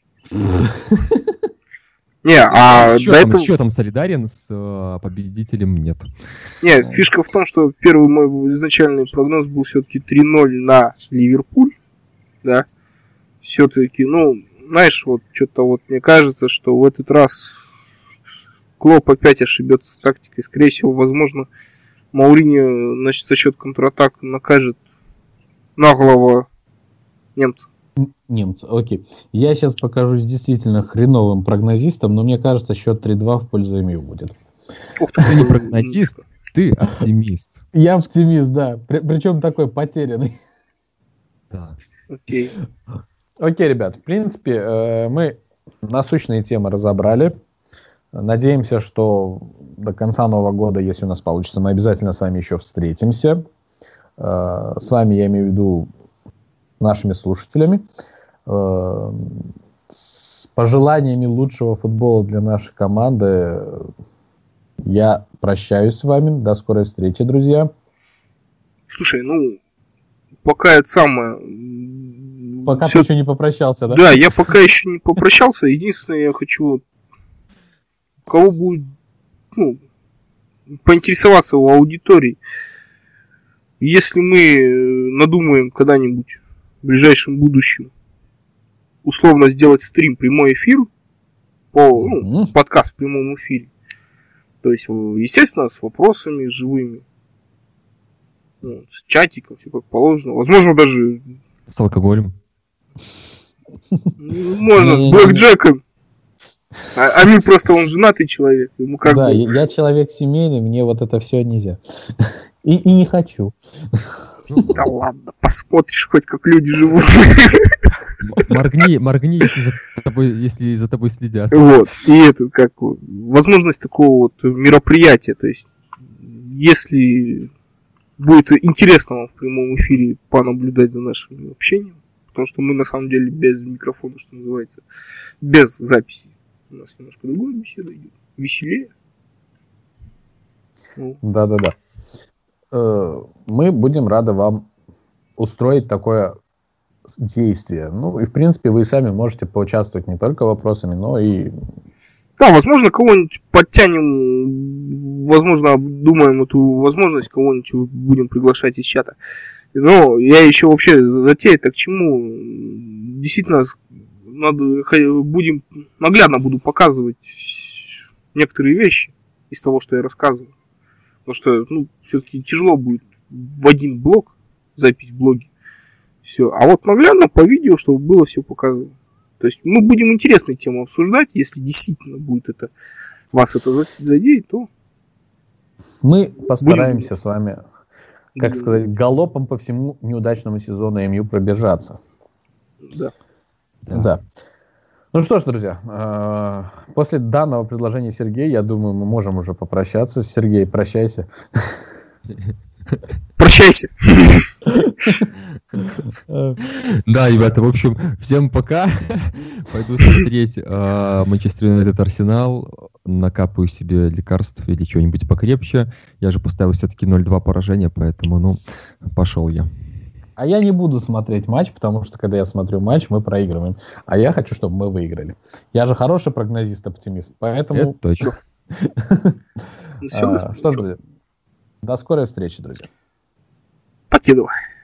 Не, а с счетом, этого... с счетом солидарен, с э, победителем нет. Не, фишка в том, что первый мой изначальный прогноз был все-таки три ноль на Ливерпуль. Да. Все-таки, ну, знаешь, вот что-то вот мне кажется, что в этот раз Клоп опять ошибется с тактикой. Скорее всего, возможно, Мауриньо, значит, за счет контратак накажет наглого немца. Немцы, окей. Я сейчас покажусь действительно хреновым прогнозистом, но мне кажется, счет три-два в пользу эм ю будет. Ух ты, ты не прогнозист, ты оптимист. Я оптимист, да. При, причем такой потерянный. Да. Окей. Окей, ребят, в принципе, э, мы насущные темы разобрали. Надеемся, что до конца Нового года, если у нас получится, мы обязательно с вами еще встретимся. Э, с вами, я имею в виду, нашими слушателями, э, с пожеланиями лучшего футбола для нашей команды. Я прощаюсь с вами. До скорой встречи, друзья. Слушай, ну, пока это самое... Пока Все... ты еще не попрощался, да? Да, я пока еще не попрощался. Единственное, я хочу... Кого будет... Ну, поинтересоваться у аудитории. Если мы надумаем когда-нибудь в ближайшем будущем условно сделать стрим, прямой эфир, по, ну, mm-hmm. подкаст в прямом эфире. То есть, естественно, с вопросами живыми, ну, с чатиком, все как положено. Возможно, даже... С алкоголем. Можно, с блэкджеком. А Амир просто, он женатый человек. Ему как да, бы... я человек семейный, мне вот это все нельзя. И, и не хочу. Да ладно, посмотришь хоть, как люди живут. Моргни, моргни, если за тобой, если за тобой следят. Вот, и это как возможность такого вот мероприятия. То есть, если будет интересно вам в прямом эфире понаблюдать за нашим общением, потому что мы на самом деле без микрофона, что называется, без записи. У нас немножко другая беседа идет, веселее. Да-да-да. Мы будем рады вам устроить такое действие. Ну и в принципе вы сами можете поучаствовать не только вопросами, но и... Да, возможно, кого-нибудь подтянем, возможно, обдумаем эту возможность, кого-нибудь будем приглашать из чата. Но я еще вообще затею, так к чему? Действительно, надо, будем, наглядно буду показывать некоторые вещи из того, что я рассказываю. Потому что, ну, все-таки тяжело будет в один блок, запись в блоге. Все. А вот наглядно по видео, чтобы было все показано. То есть мы будем интересные темы обсуждать. Если действительно будет это, вас это задеет, то... Мы постараемся будем... с вами, как сказать, галопом по всему неудачному сезону эм ю пробежаться. Да. Да. да. Ну что ж, друзья, после данного предложения Сергея, я думаю, мы можем уже попрощаться. Сергей, прощайся. Прощайся. Да, ребята, в общем, всем пока. Пойду смотреть Манчестер Юнайтед Арсенал, накапаю себе лекарств или что-нибудь покрепче. Я же поставил все-таки ноль-два поражения, поэтому, ну, пошел я. А я не буду смотреть матч, потому что, когда я смотрю матч, мы проигрываем. А я хочу, чтобы мы выиграли. Я же хороший прогнозист-оптимист, поэтому... Это точно. Что ж, друзья, до скорой встречи, друзья. Покидывай.